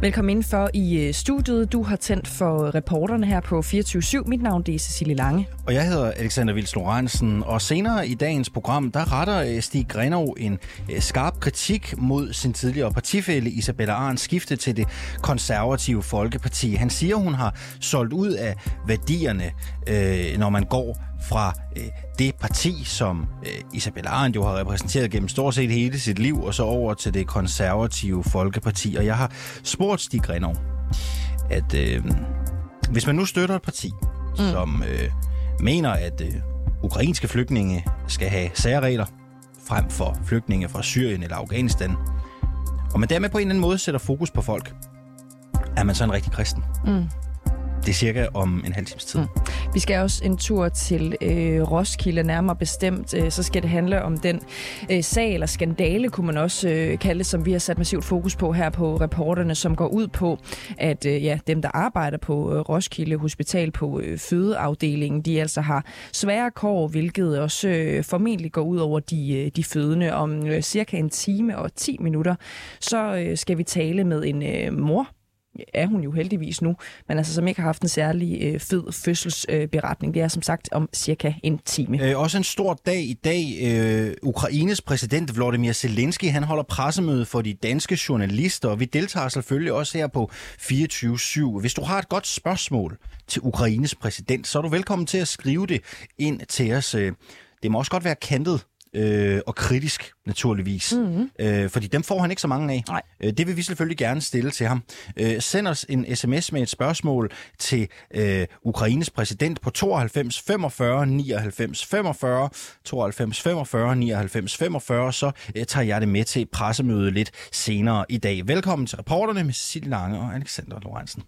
Velkommen indenfor i studiet. Du har tændt for reporterne her på 24/7. Mit navn det er Cecilie Lange. Og jeg hedder Alexander Vils Lorentzen. Og senere i dagens program, der retter Stig Grenov en skarp kritik mod sin tidligere partifælle Isabella Arendts skifte til det konservative Folkeparti. Han siger, hun har solgt ud af værdierne, når man går fra det parti, som Isabella Arendt jo har repræsenteret gennem stort set hele sit liv, og så over til det konservative Folkeparti. Og jeg har spurgt Stig Grenov, at hvis man nu støtter et parti, som mener, at ukrainske flygtninge skal have særregler frem for flygtninge fra Syrien eller Afghanistan, og man dermed på en eller anden måde sætter fokus på folk, er man så en rigtig kristen? Det er cirka om en halv times tid. Vi skal også en tur til Roskilde, nærmere bestemt. Så skal det handle om den sag eller skandale, kunne man også kalde, som vi har sat massivt fokus på her på reporterne, som går ud på, at dem, der arbejder på Roskilde Hospital på fødeafdelingen, de altså har svære kår, hvilket også formentlig går ud over de fødende. Om cirka en time og 10 minutter, så skal vi tale med en mor. Er hun jo heldigvis nu, men altså som ikke har haft en særlig fed fødselsberetning. Det er som sagt om cirka en time. Også en stor dag i dag. Ukraines præsident Volodymyr Zelensky, han holder pressemøde for de danske journalister, og vi deltager selvfølgelig også her på 24/7. Hvis du har et godt spørgsmål til Ukraines præsident, så er du velkommen til at skrive det ind til os. Det må også godt være kantet og kritisk, naturligvis. Fordi dem får han ikke så mange af. Nej. Det vil vi selvfølgelig gerne stille til ham. Send os en sms med et spørgsmål til Ukraines præsident på 92 45 99 45, 92 45 99 45, så tager jeg det med til pressemødet lidt senere i dag. Velkommen til reporterne med Cecilie Lange og Alexander Lorentzen.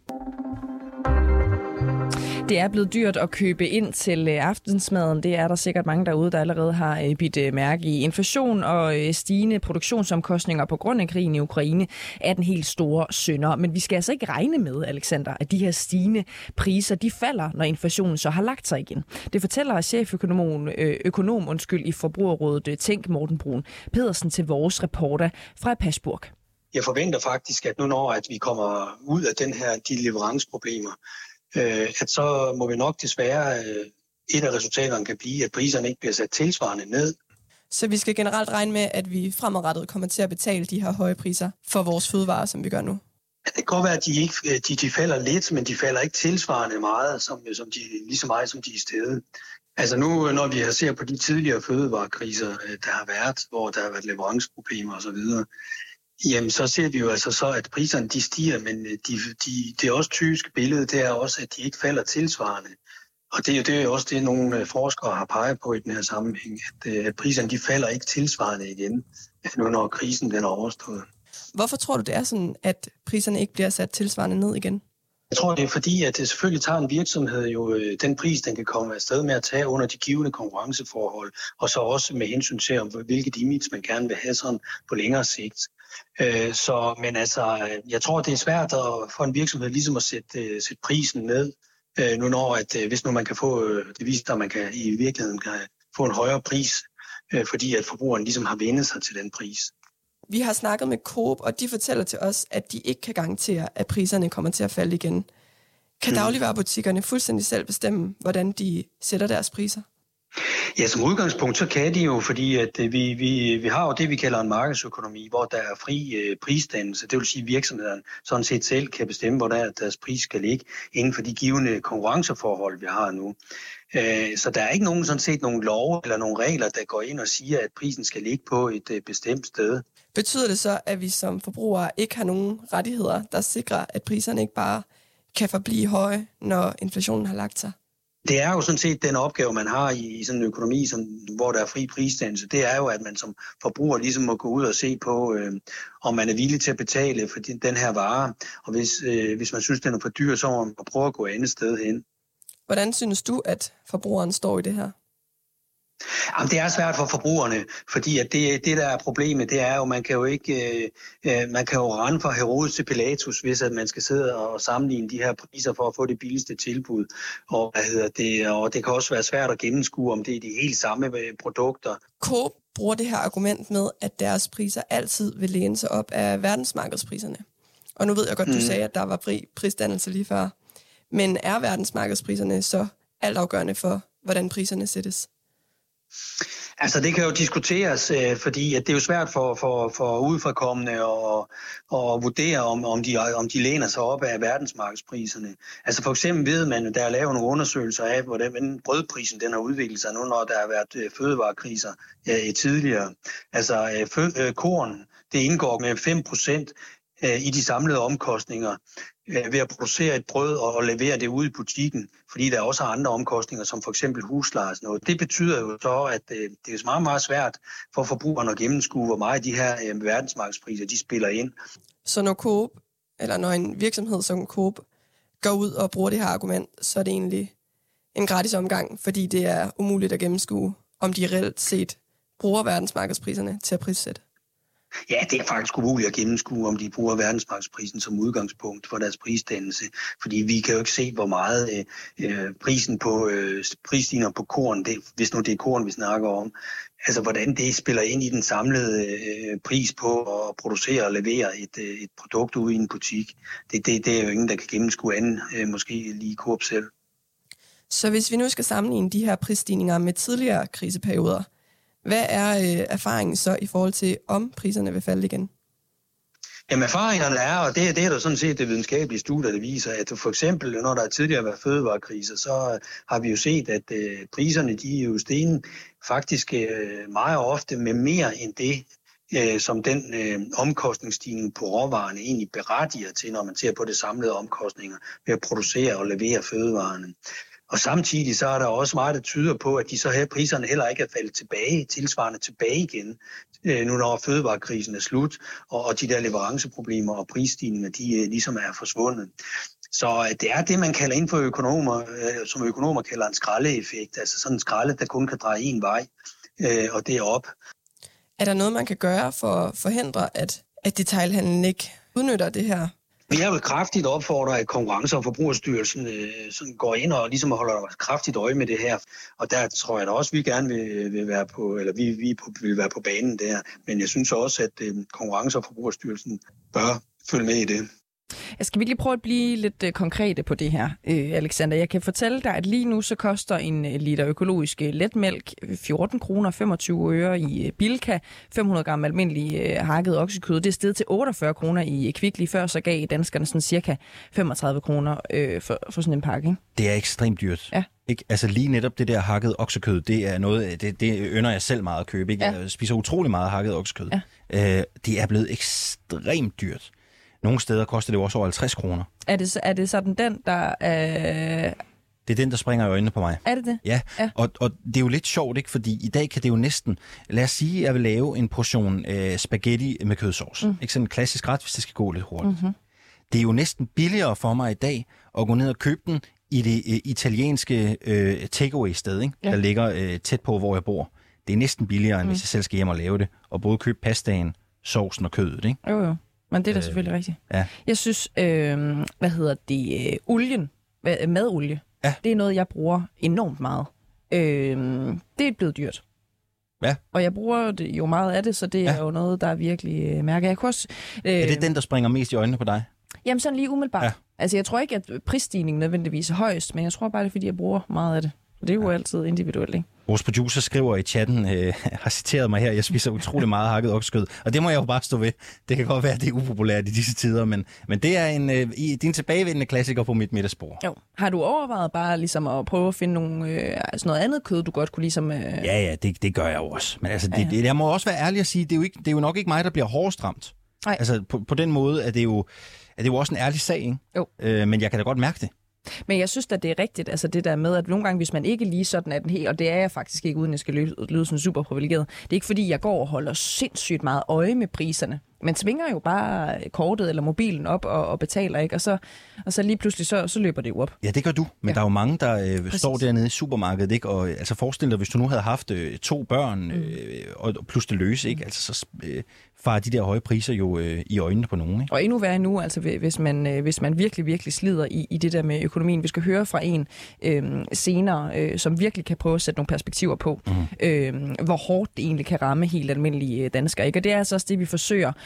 Det er blevet dyrt at købe ind til aftensmaden. Det er der sikkert mange derude, der allerede har bidt mærke i. Inflation og stigende produktionsomkostninger på grund af krigen i Ukraine er den helt store synder. Men vi skal altså ikke regne med, Alexander, at de her stigende priser, de falder, når inflationen så har lagt sig igen. Det fortæller cheføkonom i Forbrugerrådet Tænk, Morten Brun Pedersen, til vores reporter fra Pasburg. Jeg forventer faktisk, at nu når at vi kommer ud af de leveranceproblemer, at så må vi nok desværre, et af resultaterne kan blive, at priserne ikke bliver sat tilsvarende ned. Så vi skal generelt regne med, at vi fremadrettet kommer til at betale de her høje priser for vores fødevarer, som vi gør nu? Det kan godt være, at de falder lidt, men de falder ikke tilsvarende meget, lige så meget som de er steget. Altså nu, når vi ser på de tidligere fødevarekriser, der har været, hvor der har været leveranceproblemer osv., jamen, så ser vi jo altså så, at priserne de stiger, men det er også typiske billede, det er også, at de ikke falder tilsvarende. Og det er jo også det, nogle forskere har peget på i den her sammenhæng, at priserne de falder ikke tilsvarende igen, nu når krisen den er overstået. Hvorfor tror du, det er sådan, at priserne ikke bliver sat tilsvarende ned igen? Jeg tror, det er fordi, at det selvfølgelig tager en virksomhed jo den pris, den kan komme afsted med at tage under de givne konkurrenceforhold, og så også med hensyn til, hvilket image man gerne vil have sådan på længere sigt. Men altså, jeg tror, det er svært for en virksomhed ligesom at sætte prisen ned, nu når, at hvis nu man kan få, det viser, at man kan i virkeligheden kan få en højere pris, fordi at forbrugeren ligesom har vendt sig til den pris. Vi har snakket med Coop, og de fortæller til os, at de ikke kan garantere, at priserne kommer til at falde igen. Kan dagligvarebutikkerne fuldstændig selv bestemme, hvordan de sætter deres priser? Ja, som udgangspunkt, så kan de jo, fordi at vi har jo det, vi kalder en markedsøkonomi, hvor der er fri prisdannelse. Det vil sige, at virksomhederne sådan set selv kan bestemme, hvor deres pris skal ligge inden for de givne konkurrenceforhold, vi har nu. Så der er ikke nogen lov eller nogle regler, der går ind og siger, at prisen skal ligge på et bestemt sted. Betyder det så, at vi som forbrugere ikke har nogen rettigheder, der sikrer, at priserne ikke bare kan forblive høje, når inflationen har lagt sig? Det er jo sådan set den opgave, man har i sådan en økonomi, hvor der er fri prisdannelse. Det er jo, at man som forbruger ligesom må gå ud og se på, om man er villig til at betale for den her vare. Og hvis man synes, den er for dyr, så må man prøve at gå et andet sted hen. Hvordan synes du, at forbrugeren står i det her? Jamen, det er svært for forbrugerne, fordi at det der er problemet, det er jo, man kan jo rende fra Herodes til Pilatus, hvis at man skal sidde og sammenligne de her priser for at få det billigste tilbud. Og det kan også være svært at gennemskue, om det er de helt samme produkter. Coop bruger det her argument med, at deres priser altid vil læne sig op af verdensmarkedspriserne. Og nu ved jeg godt, du sagde, at der var prisdannelse lige før. Men er verdensmarkedspriserne så altafgørende for, hvordan priserne sættes? Altså det kan jo diskuteres, fordi at det er jo svært for udefrakommende at vurdere, om de læner sig op af verdensmarkedspriserne. Altså for eksempel ved man, der er lavet nogle undersøgelser af, hvordan brødprisen den har udviklet sig nu, når der har været fødevarekriser tidligere. Altså korn, det indgår med 5% i de samlede omkostninger ved at producere et brød og levere det ud i butikken, fordi der også er andre omkostninger, som for eksempel husleje og sådan noget. Det betyder jo så, at det er meget, meget svært for forbrugerne at gennemskue, hvor meget de her verdensmarkedspriser, de spiller ind. Så når en virksomhed som Coop går ud og bruger det her argument, så er det egentlig en gratis omgang, fordi det er umuligt at gennemskue, om de reelt set bruger verdensmarkedspriserne til at prissætte. Ja, det er faktisk umuligt at gennemskue, om de bruger verdensmarkedsprisen som udgangspunkt for deres prisdannelse. Fordi vi kan jo ikke se, hvor meget prisstigninger på korn, hvis nu det er korn, vi snakker om, altså hvordan det spiller ind i den samlede pris på at producere og levere et produkt ud i en butik. Det er jo ingen, der kan gennemskue anden, måske lige Coop selv. Så hvis vi nu skal sammenligne de her prisstigninger med tidligere kriseperioder, hvad er erfaringen så i forhold til, om priserne vil falde igen? Jamen erfaringerne er, og det er der sådan set det videnskabelige studier, der viser, at for eksempel, når der tidligere var fødevarekriser, så har vi jo set, at priserne de er jo steget faktisk meget ofte med mere end det, som den omkostningsstigning på råvarerne egentlig berettiger til, når man ser på det samlede omkostninger ved at producere og levere fødevarerne. Og samtidig så er der også meget, der tyder på, at de så her priserne heller ikke er faldet tilsvarende tilbage igen, nu når fødevarekrisen er slut, og de der leveranceproblemer og prisstigninger, de ligesom er forsvundet. Så det er det, man kalder inden for økonomer, som økonomer kalder en skraldeeffekt, altså sådan en skralde, der kun kan dreje en vej, og det er op. Er der noget, man kan gøre for at forhindre, at detailhandlen ikke udnytter det her? Jeg vil kraftigt opfordre, at Konkurrence- og Forbrugerstyrelsen går ind og ligesom holder kraftigt øje med det her. Og der tror jeg da også, vi gerne vil være på, eller vi vil være på banen der. Men jeg synes også, at Konkurrence- og Forbrugerstyrelsen bør følge med i det. Jeg skal virkelig prøve at blive lidt konkrete på det her, Alexander. Jeg kan fortælle dig, at lige nu så koster en liter økologisk letmælk 14 kroner 25 øre i Bilka. 500 gram almindelig hakket oksekød, det er steget til 48 kroner i Kvickly. Før så gav danskerne sådan cirka 35 kroner for sådan en pakke. Ikke? Det er ekstremt dyrt. Ja. Ikke? Altså lige netop det der hakket oksekød, det er noget, det ynder jeg selv meget at købe. Ikke? Ja. Jeg spiser utrolig meget hakket oksekød. Ja. Det er blevet ekstremt dyrt. Nogle steder koster det også over 50 kroner. Er det sådan den, der... Det er den, der springer i øjnene på mig. Er det det? Ja. Og det er jo lidt sjovt, ikke? Fordi i dag kan det jo næsten... Lad os sige, at jeg vil lave en portion spaghetti med kødsovs. Ikke sådan en klassisk ret, hvis det skal gå lidt hurtigt. Mm-hmm. Det er jo næsten billigere for mig i dag at gå ned og købe den i det italienske takeaway-sted, ikke? Ja. Der ligger tæt på, hvor jeg bor. Det er næsten billigere, end hvis jeg selv skal hjem og lave det. Og både købe pastaen, sovsen og kødet, ikke? Jo. Men det er da selvfølgelig rigtigt. Ja. Jeg synes, olien, madolie, det er noget, jeg bruger enormt meget. Det er blevet dyrt. Ja. Og jeg bruger det jo meget af det, så det er jo noget, der virkelig mærker. Jeg kan også, er det den, der springer mest i øjnene på dig? Jamen sådan lige umiddelbart. Ja. Altså jeg tror ikke, at prisstigningen nødvendigvis er højst, men jeg tror bare, det er, fordi jeg bruger meget af det. Og det er jo altid individuelt, ikke? Vores producer skriver i chatten, har citeret mig her, jeg spiser utrolig meget hakket oksekød. Og det må jeg jo bare stå ved. Det kan godt være, at det er upopulært i disse tider, men det er en tilbagevendende klassiker på mit middagsbord. Jo. Har du overvejet bare ligesom at prøve at finde sådan noget andet kød, du godt kunne ligesom... Ja, det gør jeg jo også. Men altså, jeg må også være ærlig at sige, det er jo nok ikke mig, der bliver hårdest ramt. Nej. Altså, på den måde er det jo også en ærlig sag, ikke? Jo. Men jeg kan da godt mærke det. Men jeg synes at det er rigtigt, altså det der med, at nogle gange, hvis man ikke lige sådan er den helt, og det er jeg faktisk ikke, uden jeg skal lyde sådan super privilegeret, det er ikke fordi, jeg går og holder sindssygt meget øje med priserne. Man svinger jo bare kortet eller mobilen op og betaler, ikke? Og så lige pludselig, så løber det jo op. Ja, det gør du. Men der er jo mange, der står dernede i supermarkedet, ikke? Og altså forestil dig, hvis du nu havde haft 2 børn og plus det løse, ikke? Altså så farer de der høje priser jo i øjnene på nogen, ikke? Og endnu værre nu, altså hvis man virkelig, virkelig slider i det der med økonomien. Vi skal høre fra en senere, som virkelig kan prøve at sætte nogle perspektiver på, hvor hårdt det egentlig kan ramme helt almindelige danskere, ikke? Og det er altså også det, vi forsøger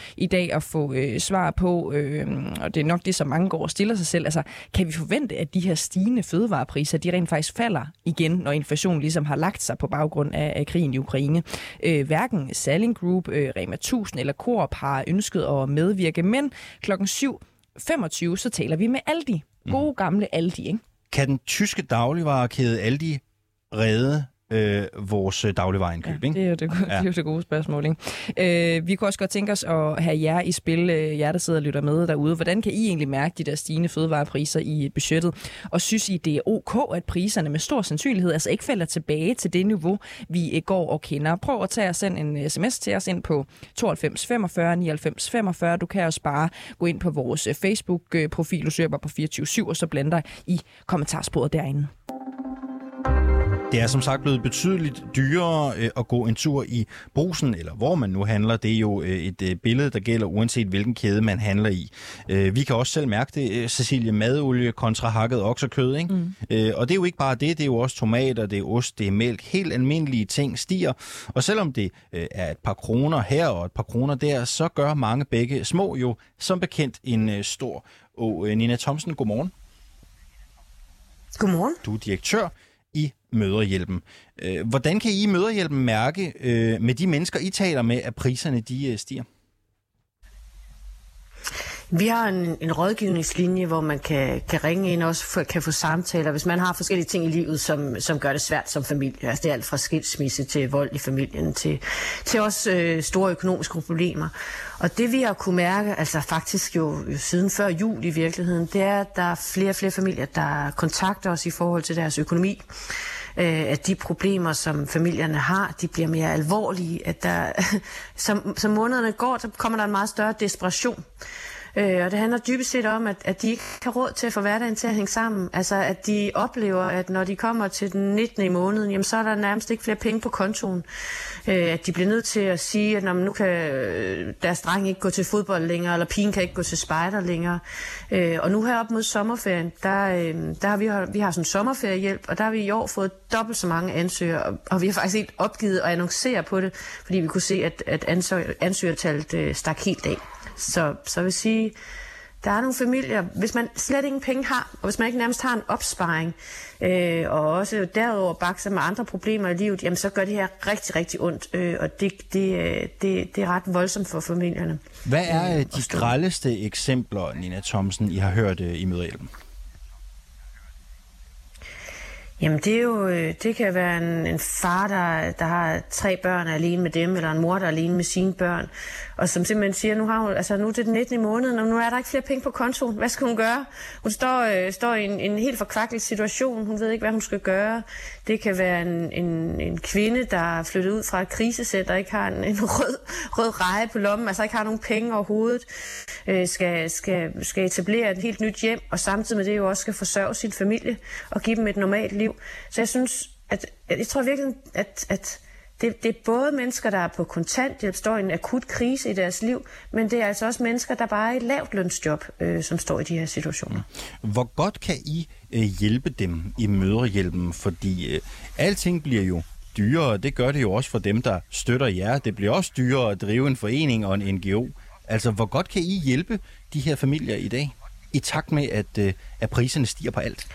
i dag at få svar på, og det er nok det, som mange går og stiller sig selv. Altså, kan vi forvente, at de her stigende fødevarepriser, de rent faktisk falder igen, når inflationen ligesom har lagt sig på baggrund af krigen i Ukraine? Hverken Salling Group, Rema 1000 eller Coop har ønsket at medvirke, men klokken 7.25, så taler vi med Aldi. Gode gamle Aldi, ikke? Kan den tyske dagligvarekæde Aldi redde vores dagligvareindkøb, ikke? Det er jo det gode spørgsmål, ikke? Vi kunne også godt tænke os at have jer i spil, jer der sidder og lytter med derude. Hvordan kan I egentlig mærke de der stigende fødevarepriser i budgettet? Og synes I, det er ok, at priserne med stor sandsynlighed altså ikke falder tilbage til det niveau, vi går og kender? Prøv at tage og sende en sms til os ind på 92 45 99 45. Du kan også bare gå ind på vores Facebook-profil, du søger bare på 24/7, og så blander i kommentarsporet derinde. Det er som sagt blevet betydeligt dyrere at gå en tur i Brugsen, eller hvor man nu handler. Det er jo et billede, der gælder uanset hvilken kæde man handler i. Vi kan også selv mærke det, Cecilie, madolie kontra hakket oksekød, ikke? Og det er jo ikke bare det er jo også tomater, det er ost, det er mælk. Helt almindelige ting stiger. Og selvom det er et par kroner her og et par kroner der, så gør mange begge små jo som bekendt en stor Nina Thomsen, godmorgen. Godmorgen. Du er direktør i Mødrehjælpen. Hvordan kan I i Mødrehjælpen mærke med de mennesker, I taler med, at priserne de stiger? Vi har en rådgivningslinje, hvor man kan ringe ind og også kan få samtaler, hvis man har forskellige ting i livet, som gør det svært som familie. Altså det er alt fra skilsmisse til vold i familien, til også store økonomiske problemer. Og det vi har kunne mærke, altså faktisk jo siden før jul i virkeligheden, det er, at der er flere og flere familier, der kontakter os i forhold til deres økonomi. At de problemer, som familierne har, de bliver mere alvorlige. At der, som månederne går, så kommer der en meget større desperation. Og det handler dybest set om, at de ikke har råd til at få hverdagen til at hænge sammen. Altså at de oplever, at når de kommer til den 19. i måneden, jamen, så er der nærmest ikke flere penge på kontoen. At de bliver nødt til at sige, at nu kan deres dreng ikke gå til fodbold længere, eller pigen kan ikke gå til spejder længere. Og nu her op mod sommerferien, der har vi har sådan en sommerferiehjælp, og der har vi i år fået dobbelt så mange ansøgere, og vi har faktisk helt opgivet at annoncere på det, fordi vi kunne se, at ansøgertallet stak helt af. Så vil sige, der er nogle familier, hvis man slet ingen penge har, og hvis man ikke nærmest har en opsparing, og også derudover bakser med andre problemer i livet, jamen så gør det her rigtig, rigtig ondt, og det er ret voldsomt for familierne. Hvad er de grældeste eksempler, Nina Thomsen, I har hørt i Mødrehjælpen? Jamen det kan være en far, der har 3 børn alene med dem, eller en mor, der er alene med sine børn, og som simpelthen siger, nu er det den 19. i måneden, og nu er der ikke flere penge på kontoen. Hvad skal hun gøre? Hun står i en helt forkvaklet situation. Hun ved ikke, hvad hun skal gøre. Det kan være en kvinde, der er flyttet ud fra et krisecenter, ikke har en rød reje på lommen, altså ikke har nogen penge overhovedet, skal etablere et helt nyt hjem, og samtidig med det jo også skal forsørge sin familie og give dem et normalt liv. Så jeg synes, jeg tror virkelig, at det er både mennesker, der er på kontanthjælp, står i en akut krise i deres liv, men det er altså også mennesker, der bare er i et lavt lønsjob, som står i de her situationer. Hvor godt kan I hjælpe dem i Mødrehjælpen? Fordi alting bliver jo dyrere, det gør det jo også for dem, der støtter jer. Det bliver også dyrere at drive en forening og en NGO. Altså, hvor godt kan I hjælpe de her familier i dag, i takt med, at priserne stiger på alt?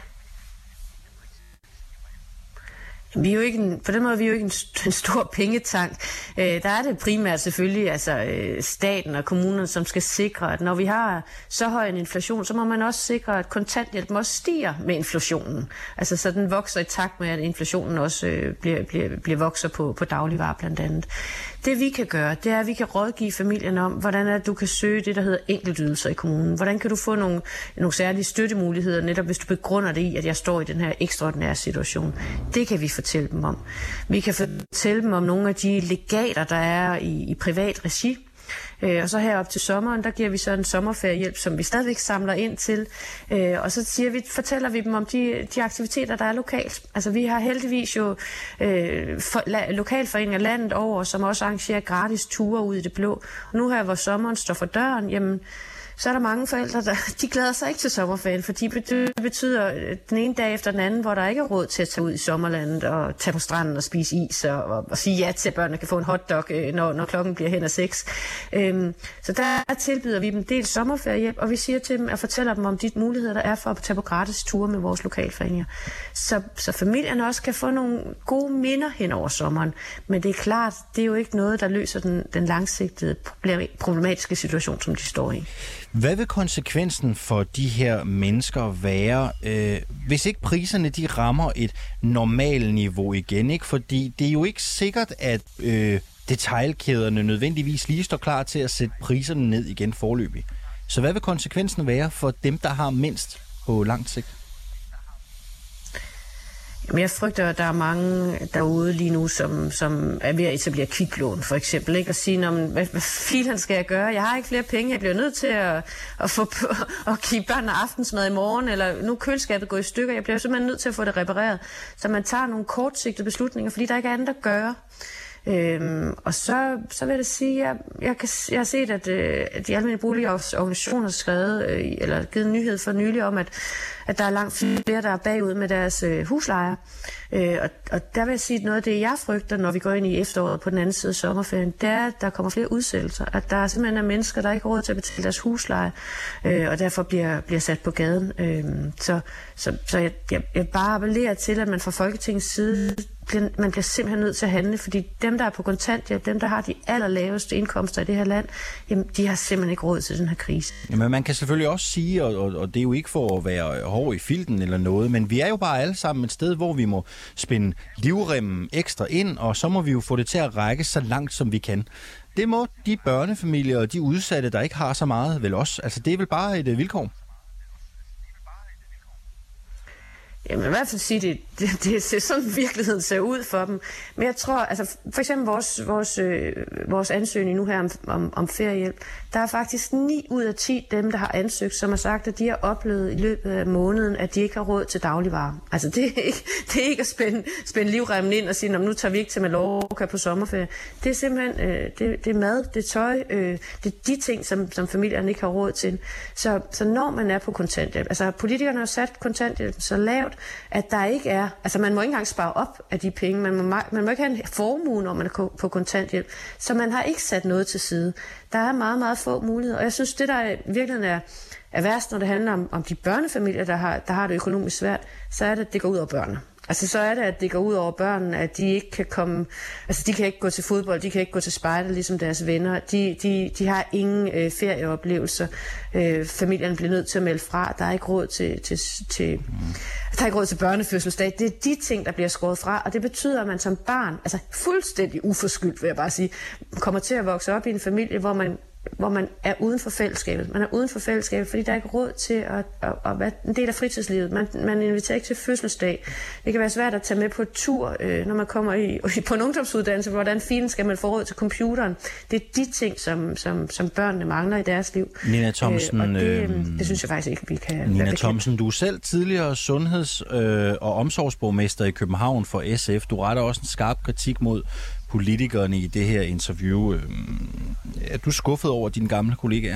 På den måde er vi jo ikke en stor pengetank. Der er det primært selvfølgelig staten og kommunerne, som skal sikre, at når vi har så høj en inflation, så må man også sikre, at kontanthjælpen også stiger med inflationen. Altså så den vokser i takt med, at inflationen også bliver vokser på dagligvarer blandt andet. Det vi kan gøre, det er, at vi kan rådgive familierne om, hvordan er det, du kan søge det, der hedder enkeltydelser i kommunen. Hvordan kan du få nogle særlige støttemuligheder, netop hvis du begrunder det i, at jeg står i den her ekstraordinære situation. Det kan vi fortælle dem om. Vi kan fortælle dem om nogle af de legater, der er i privat regi. Og så herop til sommeren, der giver vi så en sommerferiehjælp, som vi stadigvæk samler ind til. Og så fortæller vi dem om de aktiviteter, der er lokalt. Altså vi har heldigvis jo lokalforeninger landet over, som også arrangerer gratis ture ud i det blå. Og nu her, hvor sommeren står for døren, jamen så er der mange forældre, de glæder sig ikke til sommerferien, fordi det betyder den ene dag efter den anden, hvor der ikke er råd til at tage ud i sommerlandet og tage på stranden og spise is og sige ja til, at børnene kan få en hotdog, når klokken bliver hen ad 6. Så der tilbyder vi dem en del sommerferiehjælp, og vi siger til dem og fortæller dem om de muligheder, der er for at tage på gratis ture med vores lokalforeninger. Så familierne også kan få nogle gode minder hen over sommeren. Men det er klart, det er jo ikke noget, der løser den langsigtede problematiske situation, som de står i. Hvad vil konsekvensen for de her mennesker være, hvis ikke priserne de rammer et normalniveau igen? Ikke? Fordi det er jo ikke sikkert, at detailkæderne nødvendigvis lige står klar til at sætte priserne ned igen foreløbig. Så hvad vil konsekvensen være for dem, der har mindst på lang sigt? Jamen, jeg frygter, at der er mange derude lige nu, som er ved at etablere kviklån, for eksempel. Ikke? Og sige, hvad filen skal jeg gøre? Jeg har ikke flere penge. Jeg bliver nødt til at give børnene aftensmad i morgen, eller nu er køleskabet gået i stykker. Jeg bliver simpelthen nødt til at få det repareret. Så man tager nogle kortsigtede beslutninger, fordi der ikke er andet at gøre. Og så vil jeg sige, at jeg har set, at de almene boligorganisationer har skrevet, eller givet en nyhed for nylig om, at der er langt flere, der er bagud med deres huslejer. Og der vil jeg sige, at noget af det, jeg frygter, når vi går ind i efteråret på den anden side af sommerferien, det er, at der kommer flere udsættelser. At der simpelthen er mennesker, der ikke har råd til at betale deres husleje, og derfor bliver sat på gaden. Så jeg bare appellerer til, at man fra Folketingets side man bliver simpelthen nødt til at handle, fordi dem, der er på kontanthjælp, dem, der har de allerlaveste indkomster i det her land, jamen, de har simpelthen ikke råd til den her krise. Jamen, man kan selvfølgelig også sige, og det er jo ikke for at være hård i filten eller noget, men vi er jo bare alle sammen et sted, hvor vi må spænde livremmen ekstra ind, og så må vi jo få det til at række så langt, som vi kan. Det må de børnefamilier og de udsatte, der ikke har så meget, vel også. Altså, det er vel bare et vilkår. Jamen, i hvert fald sige, det er sådan virkeligheden ser ud for dem. Men jeg tror, altså for eksempel vores ansøgning nu her om feriehjælp, der er faktisk 9 ud af 10 dem, der har ansøgt, som har sagt, at de har oplevet i løbet af måneden, at de ikke har råd til dagligvarer. Altså det er ikke at spænde livremmen ind og sige, nu tager vi ikke til Mallorca på sommerferie. Det er simpelthen, det er mad, det er tøj, det er de ting, som familierne ikke har råd til. Så når man er på kontanthjælp, altså politikerne har sat kontanthjælp så lavt, at der ikke er, altså man må ikke engang spare op af de penge, man må ikke have en formue, når man er på kontanthjælp, så man har ikke sat noget til side. Der er meget, meget få muligheder, og jeg synes, det der virkelig er værst, når det handler om de børnefamilier, der har det økonomisk svært, så er det, at det går ud over børnene. Altså så er det, at det går ud over børnene, at de ikke kan komme, altså de kan ikke gå til fodbold, de kan ikke gå til spejder ligesom deres venner, de har ingen ferieoplevelser, familierne bliver nødt til at melde fra, der er ikke råd der er ikke råd til børnefødselsdag. Det er de ting, der bliver skåret fra, og det betyder, at man som barn, altså fuldstændig uforskyldt vil jeg bare sige, kommer til at vokse op i en familie, hvor man er uden for fællesskabet. Man er uden for fællesskabet, fordi der er ikke råd til at være en del af fritidslivet. Man inviterer ikke til fødselsdag. Det kan være svært at tage med på tur, når man kommer på en ungdomsuddannelse. Hvordan filen skal man få råd til computeren? Det er de ting, som børnene mangler i deres liv. Nina Thomsen, og det synes jeg faktisk ikke, vi kan Nina Thomsen, du er selv tidligere sundheds- og omsorgsborgmester i København for SF. Du retter også en skarp kritik mod politikerne i det her interview. Er du skuffet over dine gamle kollegaer?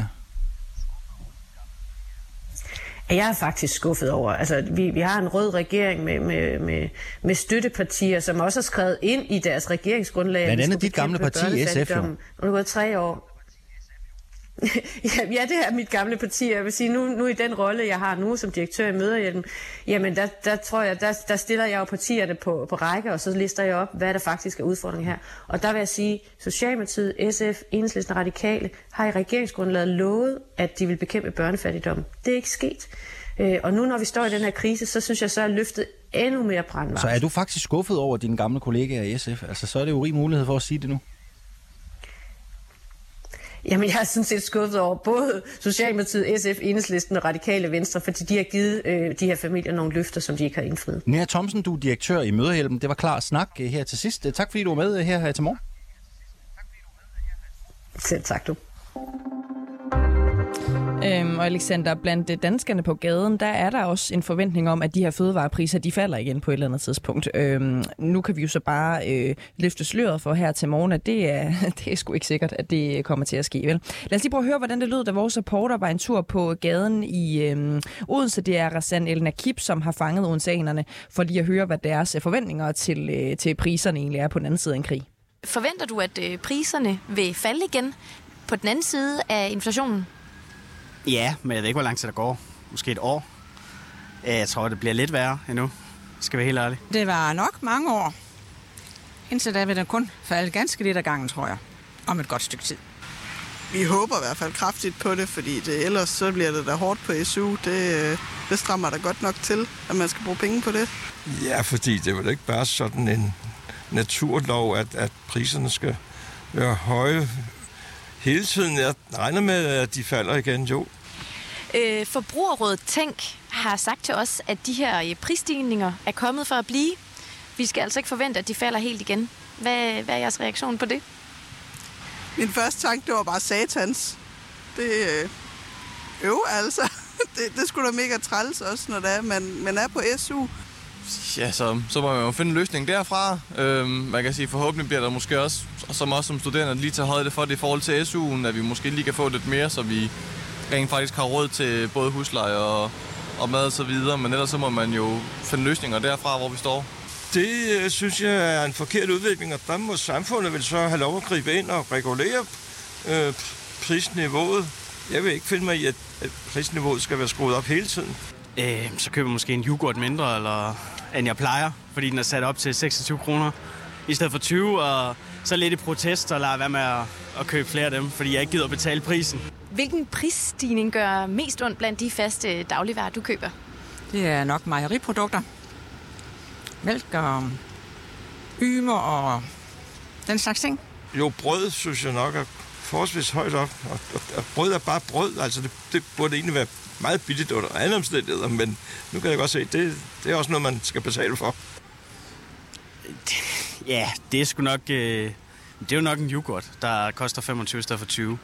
Jeg er faktisk skuffet over. Altså, vi har en rød regering med støttepartier, som også har skrevet ind i deres regeringsgrundlag. Blandt andet dit gamle parti, SF, jo. Nu er det gået 3 år. Ja, det er mit gamle parti. Jeg vil sige, nu i den rolle, jeg har nu som direktør i Mødrehjælpen, jamen der tror jeg, der stiller jeg jo partierne på række, og så lister jeg op, hvad der faktisk er udfordringen her. Og der vil jeg sige, Socialdemokratiet, SF, Enhedslisten og Radikale har i regeringsgrundlaget lovet, at de vil bekæmpe børnefattigdom. Det er ikke sket. Og nu, når vi står i den her krise, så synes jeg, så er løftet endnu mere brandvarmt. Så er du faktisk skuffet over dine gamle kollegaer i SF? Altså, så er det jo rig mulighed for at sige det nu. Jamen, jeg er sådan set skuffet over både Socialdemokratiet, SF, Enhedslisten og Radikale Venstre, fordi de har givet de her familier nogle løfter, som de ikke har indfriet. Nina Thomsen, du er direktør i Mødrehjælpen. Det var klar snak her til sidst. Tak fordi du var med her til morgen. Selv tak, du. Og Alexander, blandt danskerne på gaden, der er der også en forventning om, at de her fødevarepriser, de falder igen på et eller andet tidspunkt. Nu kan vi jo så bare løfte sløret for her til morgen, at det er sgu ikke sikkert, at det kommer til at ske, vel? Lad os lige prøve at høre, hvordan det lød, da vores reporter var en tur på gaden i Odense. Det er Razan El Nakib, som har fanget odenseanerne, for lige at høre, hvad deres forventninger til priserne egentlig er på den anden side af en krig. Forventer du, at priserne vil falde igen på den anden side af inflationen? Ja, men jeg ved ikke, hvor lang tid der går. Måske et år. Jeg tror, det bliver lidt værre endnu. Skal vi helt ærlig. Det var nok mange år. Indtil da vil den kun falde ganske lidt ad gangen, tror jeg. Om et godt stykke tid. Vi håber i hvert fald kraftigt på det, fordi ellers så bliver det da hårdt på SU. Det strammer da godt nok til, at man skal bruge penge på det. Ja, fordi det er vel ikke bare sådan en naturlov, at priserne skal være høje hele tiden. Jeg regner med, at de falder igen, jo. Forbrugerrådet Tænk har sagt til os, at de her prisstigninger er kommet for at blive. Vi skal altså ikke forvente, at de falder helt igen. Hvad er jeres reaktion på det? Min første tanke, det var bare satans. Altså. Det skulle da mega træls også, når det er, man er på SU. Ja, så må man jo finde en løsning derfra. Man kan sige, forhåbentlig bliver der måske også, som studerende, lige tage højde for det i forhold til SU'en, at vi måske lige kan få lidt mere, så vi rent faktisk har råd til både husleje og mad og så videre. Men ellers så må man jo finde løsninger derfra, hvor vi står. Det synes jeg er en forkert udvikling, og der må samfundet vel så have lov at gribe ind og regulere prisniveauet. Jeg vil ikke finde mig i, at prisniveauet skal være skruet op hele tiden. Så køber jeg måske en yoghurt mindre, end jeg plejer, fordi den er sat op til 26 kroner i stedet for 20, og så lidt i protest og lader være med at købe flere af dem, fordi jeg ikke gider at betale prisen. Hvilken prisstigning gør mest ondt blandt de faste dagligvarer, du køber? Det er nok mejeriprodukter. Mælk og ymer og den slags ting. Jo, brød synes jeg nok er forholdsvis højt op, og brød er bare brød, altså det burde egentlig være meget billigt under andre omstændigheder, men nu kan jeg godt se, det er også noget, man skal betale for. Ja, det er sgu nok, det er jo nok en yoghurt, der koster 25 i stedet for 20.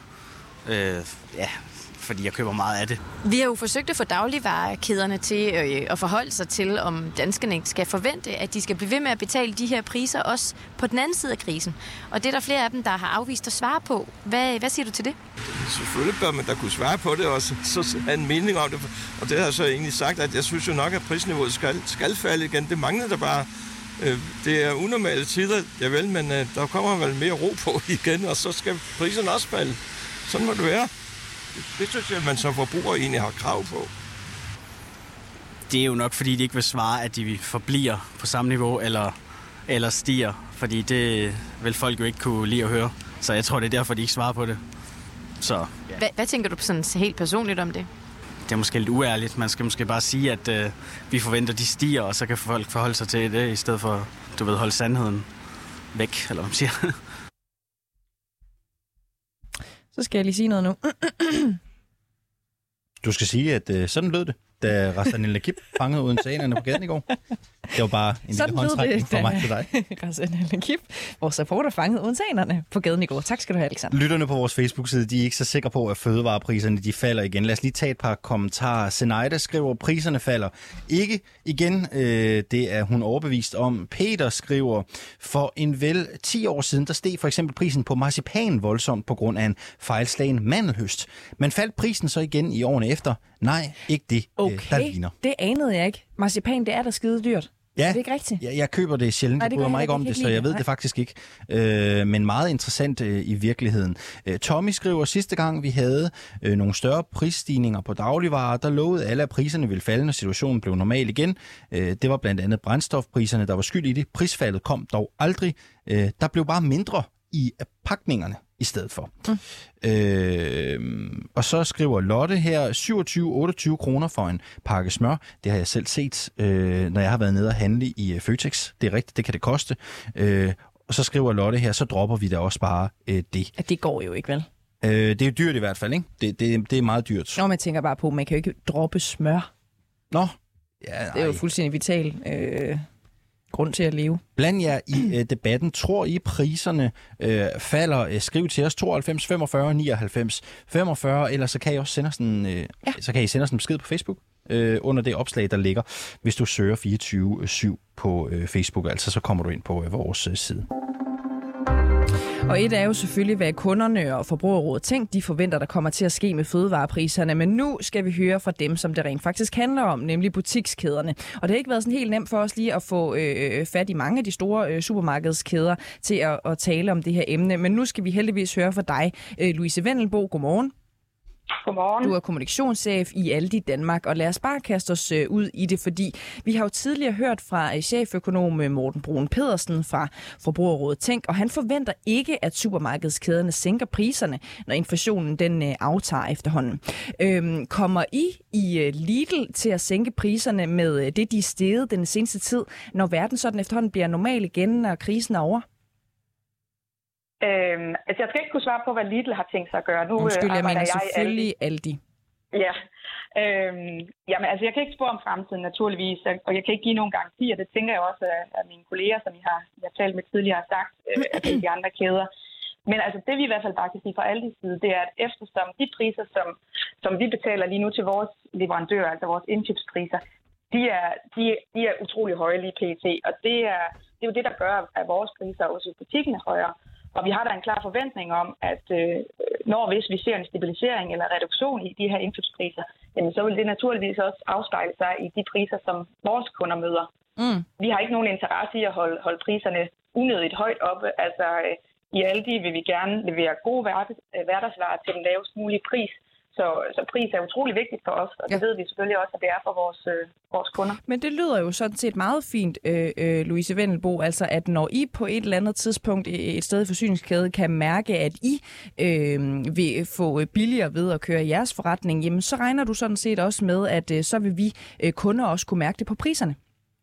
Fordi jeg køber meget af det. Vi har jo forsøgt at få dagligvarekæderne til at forholde sig til, om danskerne skal forvente, at de skal blive ved med at betale de her priser også på den anden side af krisen. Og det er der flere af dem, der har afvist at svare på. Hvad siger du til det? Selvfølgelig bør man da kunne svare på det, og så have en mening om det. Og det har jeg så egentlig sagt, at jeg synes jo nok, at prisniveauet skal falde igen. Det mangler der bare. Det er unormale tider, javel, men der kommer vel mere ro på igen, og så skal priserne også falde. Sådan må det være. Det synes jeg, at man som forbruger egentlig har krav på. Det er jo nok, fordi de ikke vil svare, at de forbliver på samme niveau eller stiger. Fordi det vil folk jo ikke kunne lide at høre. Så jeg tror, det er derfor, de ikke svarer på det. Så, ja. Hvad tænker du sådan helt personligt om det? Det er måske lidt uærligt. Man skal måske bare sige, at vi forventer, at de stiger, og så kan folk forholde sig til det, i stedet for, holde sandheden væk, eller hvad man siger. Så skal jeg lige sige noget nu. Du skal sige, at sådan lød det, da Razan El Nakib fangede odenseanerne på gaden i går. Det var bare en lille håndtrækning fra mig til dig. Razan El Nakib, vores reporter, fangede odenseanerne på gaden i går. Tak skal du have, Alexander. Lytterne på vores Facebook-side, de er ikke så sikre på, at fødevarepriserne de falder igen. Lad os lige tage et par kommentarer. Zenaida skriver, at priserne falder ikke igen. Det er hun overbevist om. Peter skriver, for en vel 10 år siden, der steg for eksempel prisen på marcipan voldsomt på grund af en fejlslagen mandelhøst. Men faldt prisen så igen i årene efter? Nej, ikke det, der ligner. Det anede jeg ikke. Marcipan, det er da skide dyrt. Ja, er det ikke rigtigt? Jeg køber det sjældent. Jeg bryder mig ikke om det, så jeg ved det faktisk ikke. Men meget interessant i virkeligheden. Tommy skriver, sidste gang vi havde nogle større prisstigninger på dagligvarer, der lovede alle, at priserne ville falde, når situationen blev normal igen. Det var blandt andet brændstofpriserne, der var skyld i det. Prisfaldet kom dog aldrig. Der blev bare mindre i pakningerne i stedet for. Og så skriver Lotte her, 27-28 kroner for en pakke smør. Det har jeg selv set, når jeg har været nede og handle i Føtex. Det er rigtigt, det kan det koste. Og så skriver Lotte her, så dropper vi da også bare det. At det går jo ikke, vel? Det er jo dyrt i hvert fald, ikke? Det er meget dyrt. Nå, man tænker bare på, man kan jo ikke droppe smør. Nå. Ja, det er jo fuldstændig vital grund til at leve. Bland jer i debatten. Tror I, priserne falder? Skriv til os 92 45 99 45, eller så kan I også sende os en besked på Facebook under det opslag, der ligger. Hvis du søger 24/7 på Facebook, altså så kommer du ind på vores side. Og et er jo selvfølgelig, hvad kunderne og Forbrugerrådet Tænk, de forventer, der kommer til at ske med fødevarepriserne. Men nu skal vi høre fra dem, som det rent faktisk handler om, nemlig butikskæderne. Og det har ikke været sådan helt nemt for os lige at få fat i mange af de store supermarkedskæder til at tale om det her emne. Men nu skal vi heldigvis høre fra dig, Louise Vendelbo. Godmorgen. Godmorgen. Du er kommunikationschef i Aldi Danmark, og lad os bare kaste os ud i det, fordi vi har jo tidligere hørt fra cheføkonom Morten Brun Pedersen fra Forbrugerrådet Tænk, og han forventer ikke, at supermarkedskæderne sænker priserne, når inflationen den aftager efterhånden. Kommer I Lidl til at sænke priserne med det, de er steget den seneste tid, når verden sådan efterhånden bliver normal igen, når krisen er over? Altså jeg skal ikke kunne svare på, hvad Lidl har tænkt sig at gøre. Nu jeg mener selvfølgelig Aldi. Ja. Jamen altså jeg kan ikke spå om fremtiden naturligvis, og jeg kan ikke give nogen garantier. Det tænker jeg også af mine kolleger, som jeg har talt med tidligere, har sagt, altså de andre kæder. Men altså det vi i hvert fald bare kan sige fra Aldis side, det er, at eftersom de priser, som vi betaler lige nu til vores leverandører, altså vores indkøbspriser, de er utrolig høje lige pt. Og det er jo det, der gør, at vores priser også i butikken er højere. Og vi har da en klar forventning om, at hvis vi ser en stabilisering eller reduktion i de her indkøbspriser, jamen, så vil det naturligvis også afspejle sig i de priser, som vores kunder møder. Vi har ikke nogen interesse i at holde priserne unødigt højt oppe. Altså i Aldi vil vi gerne levere gode hverdagsvarer til den lavest mulige pris. Så pris er utrolig vigtigt for os, og det ved vi selvfølgelig også, at det er for vores kunder. Men det lyder jo sådan set meget fint, Louise Vendelbo, altså at når I på et eller andet tidspunkt et sted i forsyningskæden kan mærke, at I vil få billigere ved at køre jeres forretning, jamen så regner du sådan set også med, at så vil vi kunder også kunne mærke det på priserne.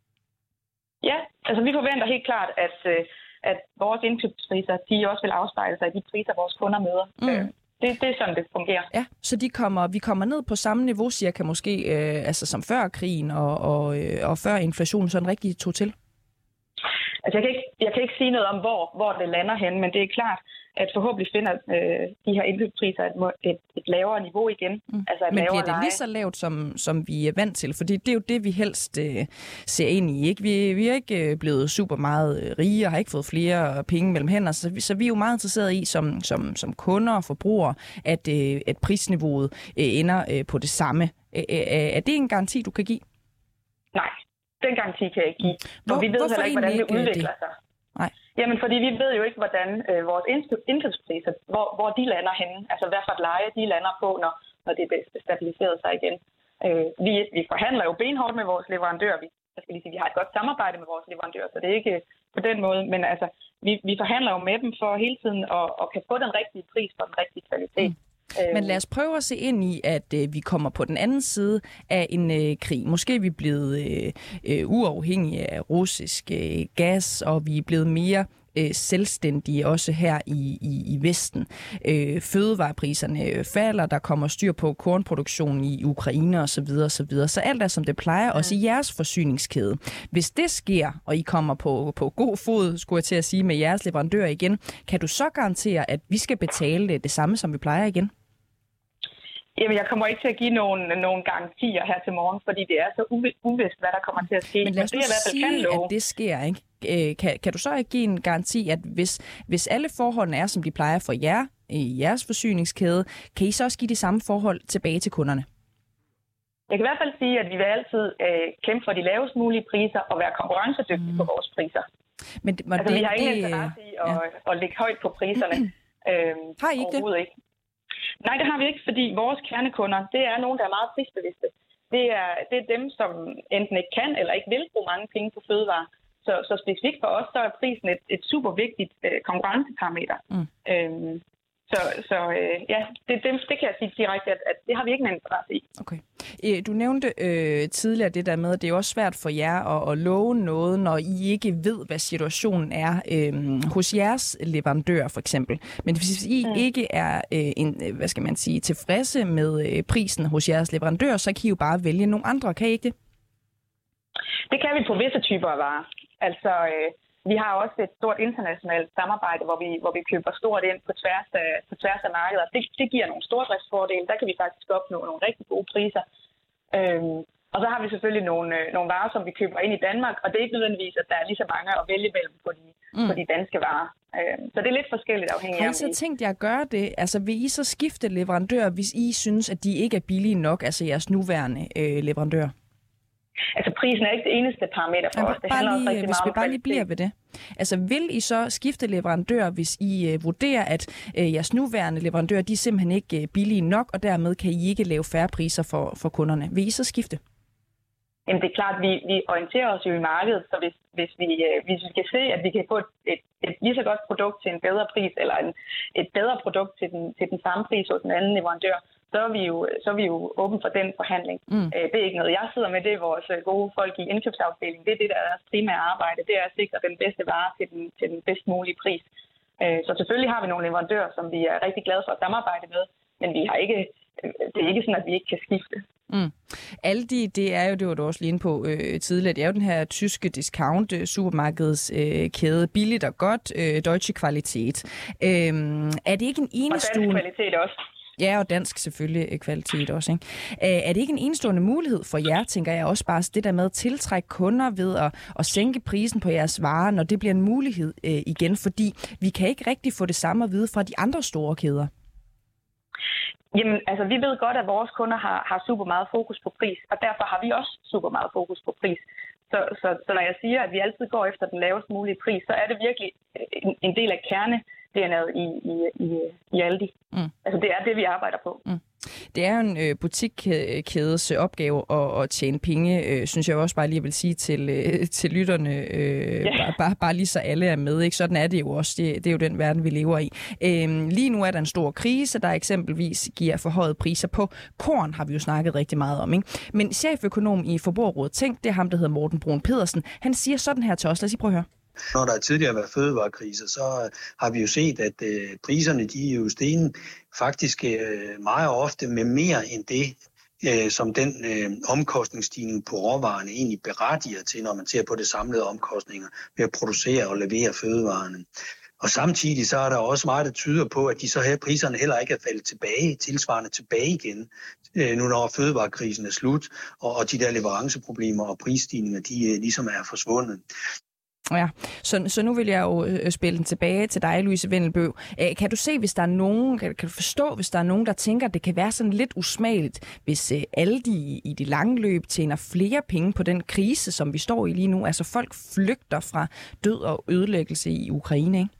Ja, altså vi forventer helt klart, at vores indkøbspriser, de også vil afspejle sig i de priser, vores kunder møder. Det er sådan, det fungerer. Ja, så vi kommer ned på samme niveau, cirka måske, altså som før krigen og før inflationen sådan rigtig tog til? Altså, jeg kan ikke sige noget om, hvor det lander hen, men det er klart, at forhåbentlig finder de her indkøbspriser et lavere niveau igen. Altså et men lavere bliver det lige så lavt, som vi er vant til? Fordi det er jo det, vi helst ser ind i. Ikke? Vi er ikke blevet super meget rige og har ikke fået flere penge mellem hænder, så vi er jo meget interesserede i som kunder og forbrugere, at prisniveauet ender på det samme. Er det en garanti, du kan give? Nej, den garanti kan jeg ikke give. Vi ved heller ikke, hvordan det udvikler sig. Nej. Jamen, fordi vi ved jo ikke, hvordan vores indkøbspriser, hvor de lander henne. Altså, hvad for et leje de lander på, når det stabiliserer sig igen. Vi forhandler jo benhårdt med vores leverandører. Vi har et godt samarbejde med vores leverandører, så det er ikke på den måde. Men altså, vi forhandler jo med dem for hele tiden at kan få den rigtige pris for den rigtige kvalitet. Men lad os prøve at se ind i, at vi kommer på den anden side af en krig. Måske er vi blevet uafhængige af russisk gas, og vi er blevet mere selvstændige også her i Vesten. Fødevarepriserne falder, der kommer styr på kornproduktionen i Ukraine osv. Så alt er, som det plejer, også i jeres forsyningskæde. Hvis det sker, og I kommer på god fod, skulle jeg til at sige, med jeres leverandører igen, kan du så garantere, at vi skal betale det samme, som vi plejer igen? Jamen, jeg kommer ikke til at give nogle garantier her til morgen, fordi det er så uvist, hvad der kommer til at ske. Men lad os nu sige, at det sker, ikke? Kan du så ikke give en garanti, at hvis alle forholdene er, som de plejer for jer i jeres forsyningskæde, kan I så også give de samme forhold tilbage til kunderne? Jeg kan i hvert fald sige, at vi vil altid kæmpe for de lavest mulige priser og være konkurrencedygtige på vores priser. Men vi har ingen interesse i at lægge højt på priserne. Har I ikke det? Ikke. Nej, det har vi ikke, fordi vores kernekunder, det er nogen, der er meget prisbevidste. Det er dem, som enten ikke kan eller ikke vil bruge mange penge på fødevarer. Så specifikt for os, så er prisen et super vigtigt konkurrenceparameter. Det kan jeg sige direkte, at det har vi ikke en interesse i. Okay. Du nævnte tidligere det der med, at det er også svært for jer at love noget, når I ikke ved, hvad situationen er hos jeres leverandør for eksempel. Men hvis I ikke er tilfredse med prisen hos jeres leverandør, så kan I jo bare vælge nogle andre. Kan I ikke det? Det kan vi på visse typer af varer. Altså, vi har også et stort internationalt samarbejde, hvor vi køber stort ind på tværs af markedet. Det giver nogle stordriftsfordele. Der kan vi faktisk opnå nogle rigtig gode priser. Og så har vi selvfølgelig nogle varer, som vi køber ind i Danmark, og det er ikke nødvendigvis, at der er lige så mange at vælge mellem på de danske varer. Så det er lidt forskelligt afhængigt af. Har I så tænkt jer at gøre det? Altså vil I så skifte leverandør, hvis I synes, at de ikke er billige nok, altså jeres nuværende leverandør? Altså prisen er ikke det eneste parameter for os. Det handler også rigtig meget om kvalitet. Hvis vi bare lige bliver ved det. Altså vil I så skifte leverandør, hvis I vurderer, at jeres nuværende leverandør, de er simpelthen ikke billige nok, og dermed kan I ikke lave færre priser for kunderne? Vil I så skifte? Jamen det er klart, at vi orienterer os jo i markedet, så hvis vi kan se, at vi kan få et lige så godt produkt til en bedre pris, eller et bedre produkt til den samme pris hos en anden leverandør, så er vi jo åben for den forhandling. Det er ikke noget, jeg sidder med, det er vores gode folk i indkøbsafdelingen. Det er det, der er deres primære arbejde, det er at sikre den bedste vare til den bedst mulige pris. Så selvfølgelig har vi nogle leverandører, som vi er rigtig glade for at samarbejde med, men det er ikke sådan, at vi ikke kan skifte. Aldi, det er jo, det var du også lige inde på tidligere, det er jo den her tyske discount supermarkedskæde, billigt og godt, Deutsche Qualität. Er det ikke en enestående... Og dansk kvalitet også. Ja, og dansk selvfølgelig kvalitet også, ikke? Er det ikke en enestående mulighed for jer, tænker jeg også bare, det der med at tiltrække kunder ved at sænke prisen på jeres varer, når det bliver en mulighed igen, fordi vi kan ikke rigtig få det samme at vide fra de andre store kæder? Jamen, altså vi ved godt, at vores kunder har super meget fokus på pris, og derfor har vi også super meget fokus på pris. Så når jeg siger, at vi altid går efter den lavest mulige pris, så er det virkelig en del af kerne-DNA'et i Aldi. Altså det er det, vi arbejder på. Det er jo en butikkædes opgave at tjene penge, synes jeg også bare lige vil sige til lytterne. Bare lige så alle er med, ikke? Sådan er det jo også. Det er jo den verden, vi lever i. Lige nu er der en stor krise, der eksempelvis giver forhøjet priser på korn, har vi jo snakket rigtig meget om, ikke? Men cheføkonom i Forbrugerrådet Tænk, det er ham, der hedder Morten Brun Pedersen. Han siger sådan her til os. Lad os lige prøve at høre. Når der tidligere har været fødevarekriser, så har vi jo set, at priserne de er jo steget faktisk meget ofte med mere end det, som den omkostningsstigning på råvarerne egentlig berettiger til, når man ser på det samlede omkostninger ved at producere og levere fødevarerne. Og samtidig så er der også meget, der tyder på, at de så her priserne heller ikke er faldet tilsvarende tilbage igen, nu når fødevarekrisen er slut, og de der leveranceproblemer og prisstigninger, de ligesom er forsvundet. Ja, så nu vil jeg jo spille den tilbage til dig, Louise Vendelbø. Kan du se, hvis der er nogen, kan du forstå, hvis der er nogen, der tænker, at det kan være sådan lidt usmageligt, hvis Aldi i det lange løb tjener flere penge på den krise, som vi står i lige nu? Altså folk flygter fra død og ødelæggelse i Ukraine, ikke?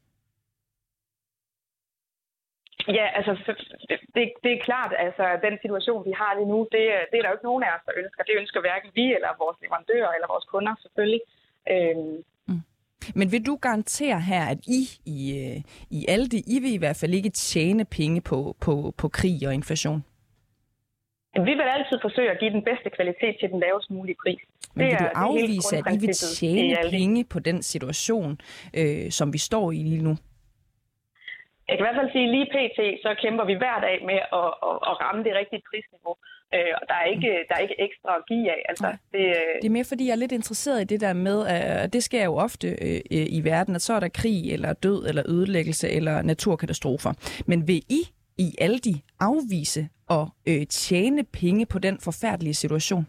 Ja, altså det er klart, altså den situation, vi har lige nu, det er der jo ikke nogen af os, der ønsker. Det ønsker hverken vi eller vores leverandører eller vores kunder selvfølgelig. Men vil du garantere her, at I Aldi, I vil i hvert fald ikke tjene penge på krig og inflation? Vi vil altid forsøge at give den bedste kvalitet til den lavest mulige pris. Men vil du afvise, at I vil tjene penge på den situation, som vi står i lige nu? Jeg kan i hvert fald sige, at lige pt. Så kæmper vi hver dag med at ramme det rigtige prisniveau. Og der er ikke ekstra at give af. Altså, det er mere, fordi jeg er lidt interesseret i det der med, at det sker jo ofte i verden, at så er der krig, eller død, eller ødelæggelse, eller naturkatastrofer. Men vil I Aldi afvise at tjene penge på den forfærdelige situation?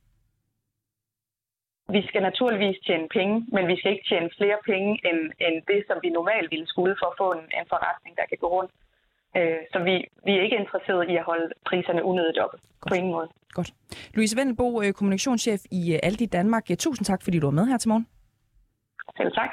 Vi skal naturligvis tjene penge, men vi skal ikke tjene flere penge end det, som vi normalt ville skulle for at få en forretning, der kan gå rundt. Så vi er ikke interesseret i at holde priserne unødigt oppe. På ingen måde. Godt. Louise Vendelbo, kommunikationschef i Aldi Danmark. Tusind tak, fordi du var med her til morgen. Selv tak.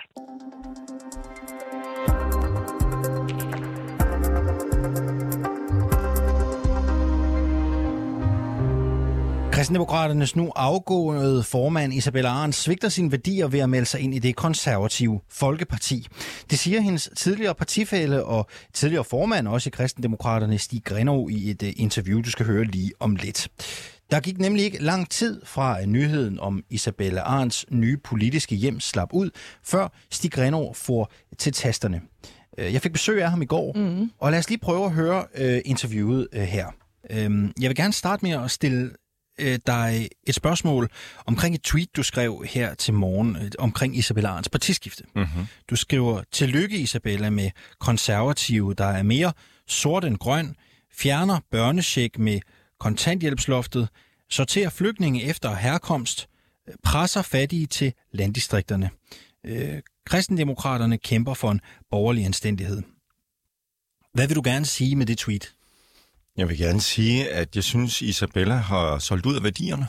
Kristendemokraternes nu afgåede formand Isabella Arendt svigter sine værdier ved at melde sig ind i det konservative Folkeparti. Det siger hendes tidligere partifælle og tidligere formand også i Kristendemokraterne, Stig Grenov, i et interview, du skal høre lige om lidt. Der gik nemlig ikke lang tid fra nyheden om Isabella Arendts nye politiske hjem slap ud, før Stig Grenov for til tasterne. Jeg fik besøg af ham i går, og lad os lige prøve at høre interviewet her. Jeg vil gerne starte med at stille der er et spørgsmål omkring et tweet, du skrev her til morgen omkring Isabella Arndts partiskifte. Mm-hmm. Du skriver, tillykke Isabella med konservative, der er mere sort end grøn, fjerner børnecheck med kontanthjælpsloftet, sorterer flygtninge efter herkomst, presser fattige til landdistrikterne. Kristendemokraterne kæmper for en borgerlig anstændighed. Hvad vil du gerne sige med det tweet? Jeg vil gerne sige, at jeg synes, Isabella har solgt ud af værdierne.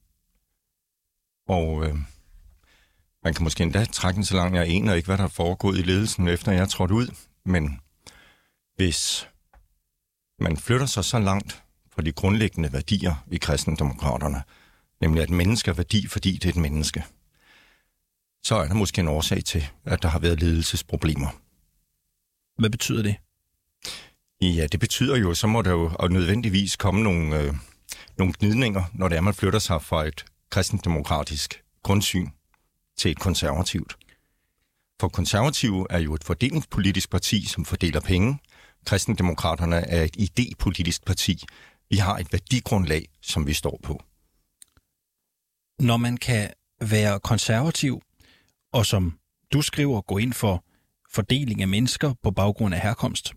Og man kan måske endda trække den så langt, jeg aner ikke, hvad der er foregået i ledelsen, efter jeg er trådt ud. Men hvis man flytter sig så langt fra de grundlæggende værdier i kristendemokraterne, nemlig at mennesker er værdi, fordi det er et menneske, så er der måske en årsag til, at der har været ledelsesproblemer. Hvad betyder det? Ja, det betyder jo, så må der jo nødvendigvis komme nogle gnidninger, når det er, man flytter sig fra et kristendemokratisk grundsyn til et konservativt. For konservative er jo et fordelingspolitisk parti, som fordeler penge. Kristendemokraterne er et idépolitisk parti. Vi har et værdigrundlag, som vi står på. Når man kan være konservativ, og som du skriver, gå ind for fordeling af mennesker på baggrund af herkomst,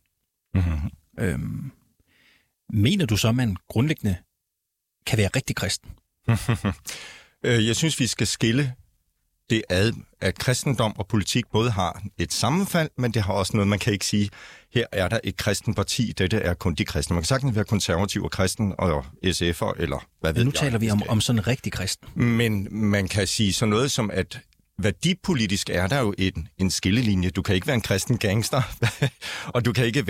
mener du så, at man grundlæggende kan være rigtig kristen? Jeg synes, vi skal skille det ad, at kristendom og politik både har et sammenfald, men det har også noget, man kan ikke sige, her er der et kristen parti, dette er kun de kristne. Man kan sagtens være konservativ og kristen og SF'er, eller hvad ved jeg. Nu taler vi om sådan en rigtig kristen. Men man kan sige sådan noget som, at værdipolitisk er der jo en skillelinje. Du kan ikke være en kristen gangster, og du kan ikke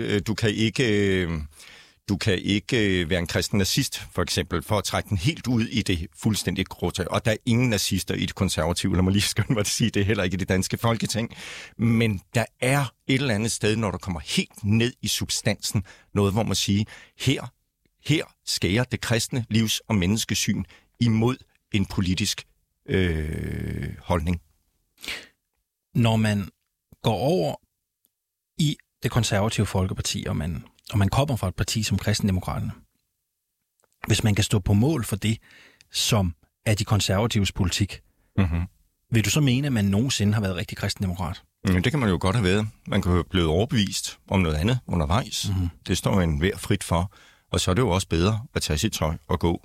være en kristen nazist, for eksempel, for at trække den helt ud i det fuldstændig groteske. Og der er ingen nazister i det konservative, lad mig lige skynde mig at sige, det er heller ikke i det danske folketing. Men der er et eller andet sted, når der kommer helt ned i substansen, noget, hvor man siger, her skærer det kristne livs- og menneskesyn imod en politisk holdning. Når man går over i det konservative folkeparti, og man kommer fra et parti som Kristendemokraterne, hvis man kan stå på mål for det, som er de konservatives politik, vil du så mene, at man nogensinde har været rigtig kristendemokrat? Det kan man jo godt have været. Man kan jo blive overbevist om noget andet undervejs. Det står en hver frit for, og så er det jo også bedre at tage sit tøj og gå.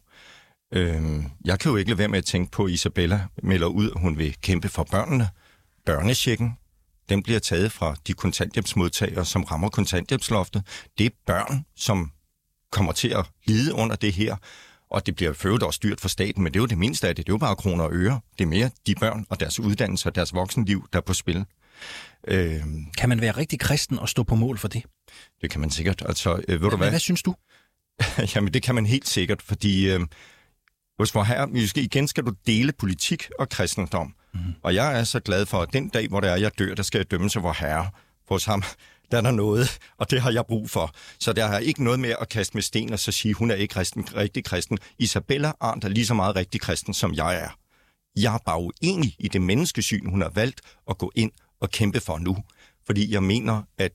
Jeg kan jo ikke lade være med at tænke på, at Isabella melder ud, at hun vil kæmpe for børnene. Børnechecken, den bliver taget fra de kontanthjælpsmodtagere, som rammer kontanthjælpsloftet. Det er børn, som kommer til at lide under det her, og det bliver ført også dyrt for staten, men det er jo det mindste af det. Det er jo bare kroner og øre. Det er mere de børn og deres uddannelse og deres voksenliv, der er på spil. Kan man være rigtig kristen og stå på mål for det? Det kan man sikkert. Altså, hvad synes du? Jamen, det kan man helt sikkert, fordi hos vor herre, igen skal du dele politik og kristendom. Og jeg er så glad for, at den dag, hvor det er, jeg dør, der skal jeg dømme til vor herre. Hos ham, der er der noget, og det har jeg brug for. Så der har ikke noget med at kaste med sten og så sige, hun er ikke rigtig kristen. Isabella Arndt er lige så meget rigtig kristen, som jeg er. Jeg er bare uenig i det menneskesyn, hun har valgt at gå ind og kæmpe for nu. Fordi jeg mener, at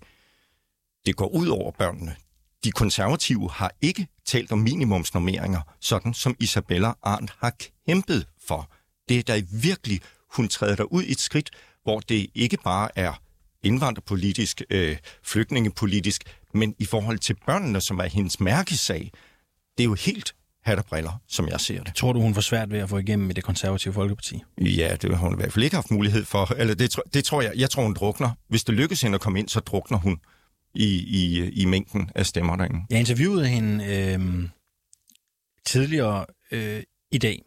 det går ud over børnene. De konservative har ikke talt om minimumsnormeringer, sådan som Isabella Arndt har kæmpet for. Det er der virkelig, hun træder der ud i et skridt, hvor det ikke bare er indvandrerpolitisk, flygtningepolitisk, men i forhold til børnene, som er hendes mærkesag. Det er jo helt hat og briller, som jeg ser det. Tror du, hun får svært ved at få igennem i det konservative folkeparti? Ja, det har hun i hvert fald ikke haft mulighed for. Eller det tror jeg. Jeg tror, hun drukner. Hvis det lykkes hende at komme ind, så drukner hun i mængden af stemmer derinde. Jeg interviewede hende tidligere i dag,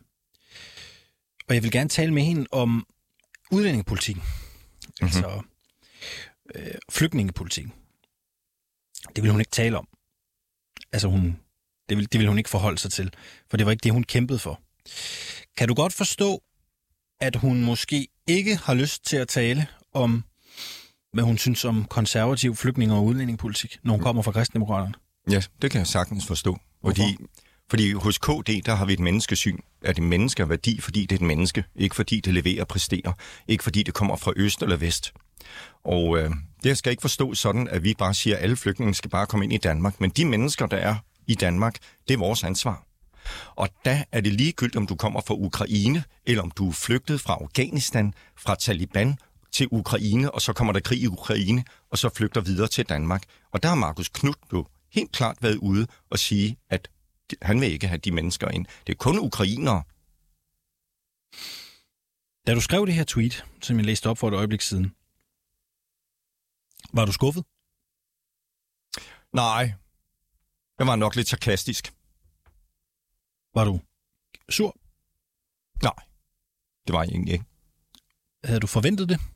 og jeg vil gerne tale med hende om udlændingepolitikken. Altså flygtningepolitikken. Det vil hun ikke tale om. Altså det vil hun ikke forholde sig til, for det var ikke det, hun kæmpede for. Kan du godt forstå, at hun måske ikke har lyst til at tale om, hvad hun synes om konservativ flygtninge- og udlændingepolitik, når hun kommer fra Kristendemokraterne? Ja, det kan jeg sagtens forstå. Fordi hos KD, der har vi et menneskesyn, at det menneske er værdi, fordi det er et menneske, ikke fordi det leverer og præsterer, ikke fordi det kommer fra øst eller vest. Og det skal ikke forstå sådan, at vi bare siger, at alle flygtninge skal bare komme ind i Danmark, men de mennesker, der er i Danmark, det er vores ansvar. Og der er det ligegyldigt, om du kommer fra Ukraine, eller om du er flygtet fra Afghanistan, fra Taliban til Ukraine, og så kommer der krig i Ukraine, og så flygter videre til Danmark. Og der har Marcus Knuth jo helt klart været ude og sige, at han vil ikke have de mennesker ind. Det er kun ukrainere. Da du skrev det her tweet, som jeg læste op for et øjeblik siden, var du skuffet? Nej, jeg var nok lidt sarkastisk. Var du sur? Nej, det var jeg egentlig ikke. Havde du forventet det?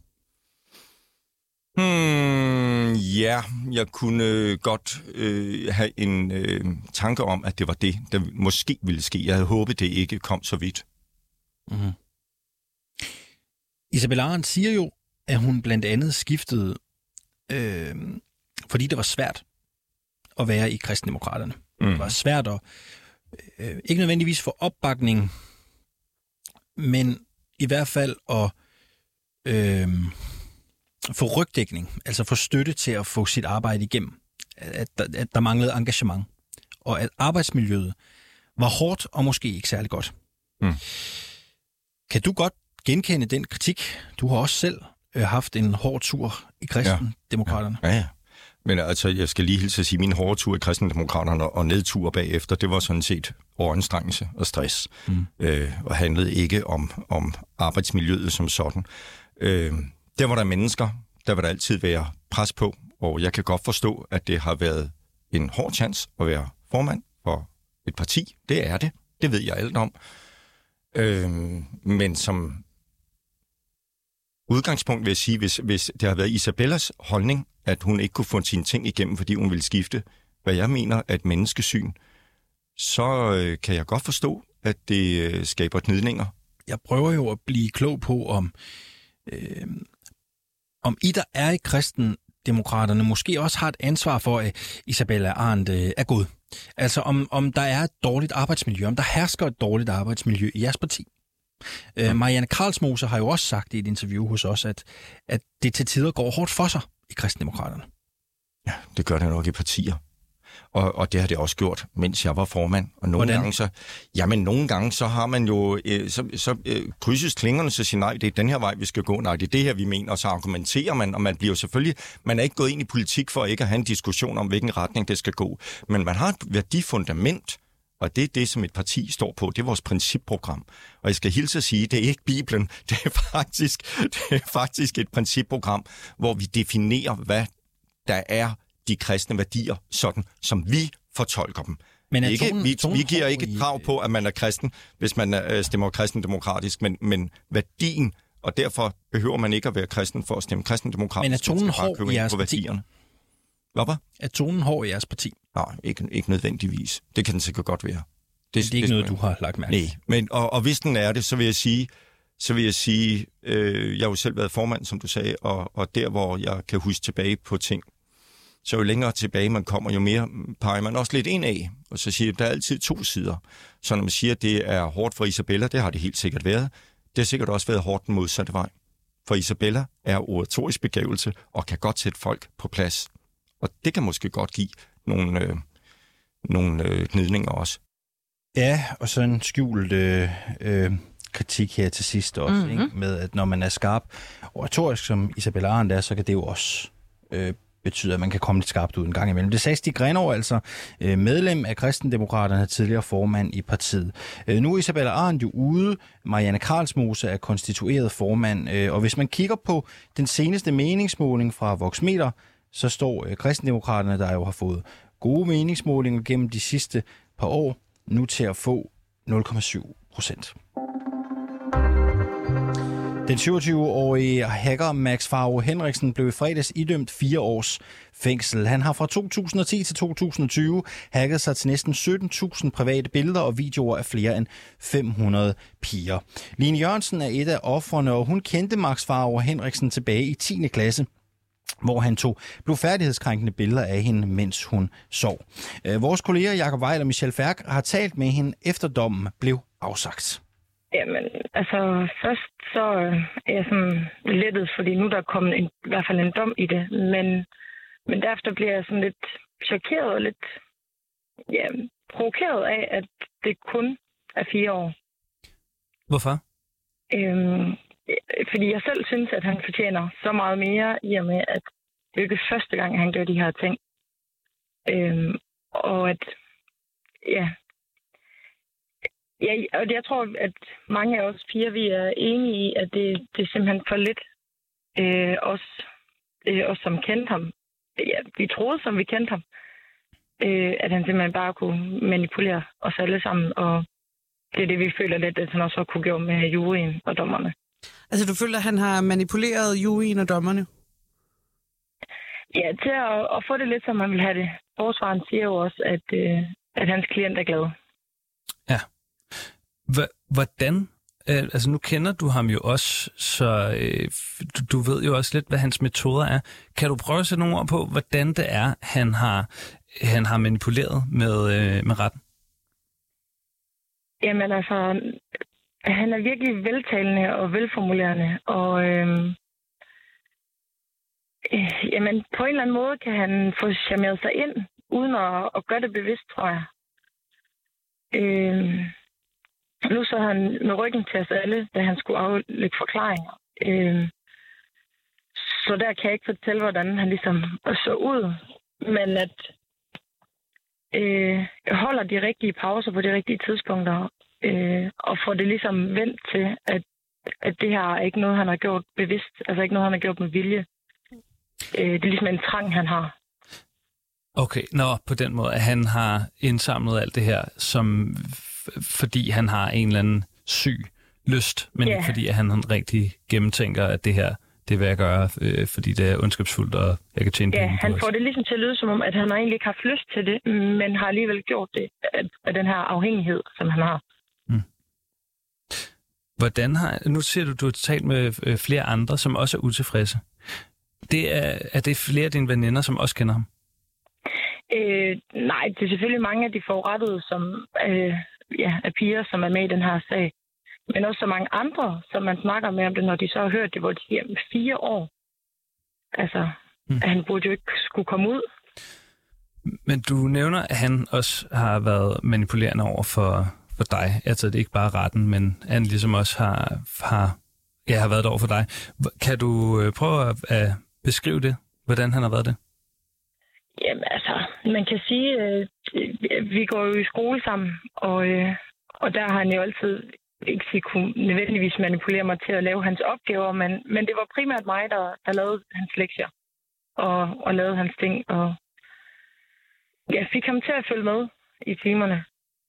Ja, jeg kunne godt have en tanke om, at det var det, der måske ville ske. Jeg havde håbet, det ikke kom så vidt. Mm-hmm. Isabella Arendt siger jo, at hun blandt andet skiftede, fordi det var svært at være i Kristendemokraterne. Det var svært at ikke nødvendigvis få opbakning, men i hvert fald at få rygdækning, altså få støtte til at få sit arbejde igennem. At der manglede engagement, og at arbejdsmiljøet var hårdt og måske ikke særlig godt. Kan du godt genkende den kritik? Du har også selv haft en hård tur i Kristendemokraterne. Ja. Men altså, jeg skal lige hilse at sige, min hårde tur i Kristendemokraterne og nedtur bagefter, det var sådan set overanstrengelse og stress, og handlede ikke om arbejdsmiljøet som sådan. Der var der mennesker, der vil der altid være pres på, og jeg kan godt forstå, at det har været en hård chance at være formand for et parti. Det er det. Det ved jeg alt om. Men som udgangspunkt vil jeg sige, hvis det har været Isabellas holdning, at hun ikke kunne få sine ting igennem, fordi hun ville skifte, hvad jeg mener er et menneskesyn, så kan jeg godt forstå, at det skaber gnidninger. Jeg prøver jo at blive klog på, om I, der er i Kristendemokraterne, måske også har et ansvar for, at Isabella Arendt er god. Altså om der er et dårligt arbejdsmiljø, om der hersker et dårligt arbejdsmiljø i jeres parti. Marianne Karlsmose har jo også sagt i et interview hos os, at det til tider går hårdt for sig i Kristendemokraterne. Ja, det gør det nok i partier. Og det har det også gjort, mens jeg var formand. Og nogle gange så har man jo, krydses klingerne, så siger nej, det er den her vej, vi skal gå. Nej, det er det her, vi mener. Og så argumenterer man, og man bliver selvfølgelig, man er ikke gået ind i politik for ikke at have en diskussion om, hvilken retning det skal gå. Men man har et værdifundament, og det er det, som et parti står på. Det er vores principprogram. Og jeg skal hilse at sige, det er ikke Bibelen. Det er faktisk et principprogram, hvor vi definerer, hvad der er de kristne værdier, sådan som vi fortolker dem. Men vi giver ikke et krav på, at man er kristen, hvis man stemmer kristendemokratisk, men værdien, og derfor behøver man ikke at være kristen for at stemme kristendemokratisk. Men er tonen hård i jeres parti? Hvad? Er tonen hård i jeres parti? Nej, ikke nødvendigvis. Det kan den sikkert godt være. Det er ikke noget, du har lagt mærke til? Nej, men, og hvis den er det, så vil jeg sige, jeg har jo selv været formand, som du sagde, og der, hvor jeg kan huske tilbage på ting, så jo længere tilbage man kommer, jo mere peger man også lidt ind af, og så siger der er altid to sider. Så når man siger, at det er hårdt for Isabella, det har det helt sikkert været. Det har sikkert også været hårdt den modsatte vej. For Isabella er oratorisk begævelse og kan godt sætte folk på plads. Og det kan måske godt give nogle gnidninger også. Ja, og så en skjult kritik her til sidst også, ikke? Med at når man er skarp oratorisk, som Isabella Arendt er, så kan det jo også betyder, at man kan komme lidt skarpt ud en gang imellem. Det sagde Stig Grenov, altså medlem af Kristendemokraterne, tidligere formand i partiet. Nu er Isabella Arendt jo ude. Marianne Karlsmose er konstitueret formand. Og hvis man kigger på den seneste meningsmåling fra Voxmeter, så står Kristendemokraterne, der jo har fået gode meningsmålinger gennem de sidste par år, nu til at få 0,7%. Den 27-årige hacker Max Faro Henriksen blev i fredags idømt 4 års fængsel. Han har fra 2010 til 2020 hacket sig til næsten 17.000 private billeder og videoer af flere end 500 piger. Line Jørgensen er et af ofrene, og hun kendte Max Faro Henriksen tilbage i 10. klasse, hvor han tog blufærdighedskrænkende billeder af hende, mens hun sov. Vores kolleger Jakob Weil og Michelle Færk har talt med hende, efter dommen blev afsagt. Jamen, altså først så er jeg sådan lettet, fordi nu der er kommet i hvert fald en dom i det, men derefter bliver jeg sådan lidt chokeret og lidt provokeret af, at det kun er 4 år. Hvorfor? Fordi jeg selv synes, at han fortjener så meget mere, i og med, at det er ikke første gang, han gør de her ting. Og at, og jeg tror, at mange af os piger, vi er enige i, at det er simpelthen for lidt os som kendte ham. Ja, vi troede, som vi kendte ham, at han simpelthen bare kunne manipulere os alle sammen, og det er det, vi føler lidt, at han også har kunne gøre med juryen og dommerne. Altså, du føler, at han har manipuleret juryen og dommerne? Ja, til at få det lidt, som man vil have det. Forsvaren siger jo også, at hans klient er glad. Ja. Hvordan? Altså, nu kender du ham jo også, så du ved jo også lidt, hvad hans metoder er. Kan du prøve at sætte nogle ord på, hvordan det er, han har manipuleret med retten? Jamen altså, han er virkelig veltalende og velformulerende, og jamen, på en eller anden måde kan han få charmeret sig ind, uden at gøre det bevidst, tror jeg. Nu så han med ryggen til os alle, da han skulle aflægge forklaringer. Så der kan jeg ikke fortælle, hvordan han ligesom så ud, men at holder de rigtige pauser på de rigtige tidspunkter, og får det ligesom vendt til, at det her er ikke noget, han har gjort bevidst, altså ikke noget, han har gjort med vilje. Det er ligesom en trang, han har. Okay, på den måde, at han har indsamlet alt det her, som fordi han har en eller anden syg lyst, men ikke fordi at han rigtig gennemtænker, at det her, det vil jeg gøre, fordi det er ondskabsfuldt, og jeg kan tjene penge på det. Han får det ligesom til at lyde som om, at han egentlig ikke har haft lyst til det, men har alligevel gjort det af den her afhængighed, som han har. Nu ser du har talt med flere andre, som også er utilfredse. Er det flere af dine veninder, som også kender ham? Nej, det er selvfølgelig mange af de forurettede, som er piger, som er med i den her sag. Men også så mange andre, som man snakker med om det, når de så har hørt det, hvor de siger, 4 år. Altså, at han burde jo ikke skulle komme ud. Men du nævner, at han også har været manipulerende over for dig. Altså, det er ikke bare retten, men han ligesom også har været over for dig. Kan du prøve at beskrive det, hvordan han har været det? Jamen altså, man kan sige, vi går jo i skole sammen, og der har han jo altid ikke kunne nødvendigvis manipulere mig til at lave hans opgaver, men det var primært mig, der lavede hans lektier og lavede hans ting, og jeg fik ham til at følge med i timerne.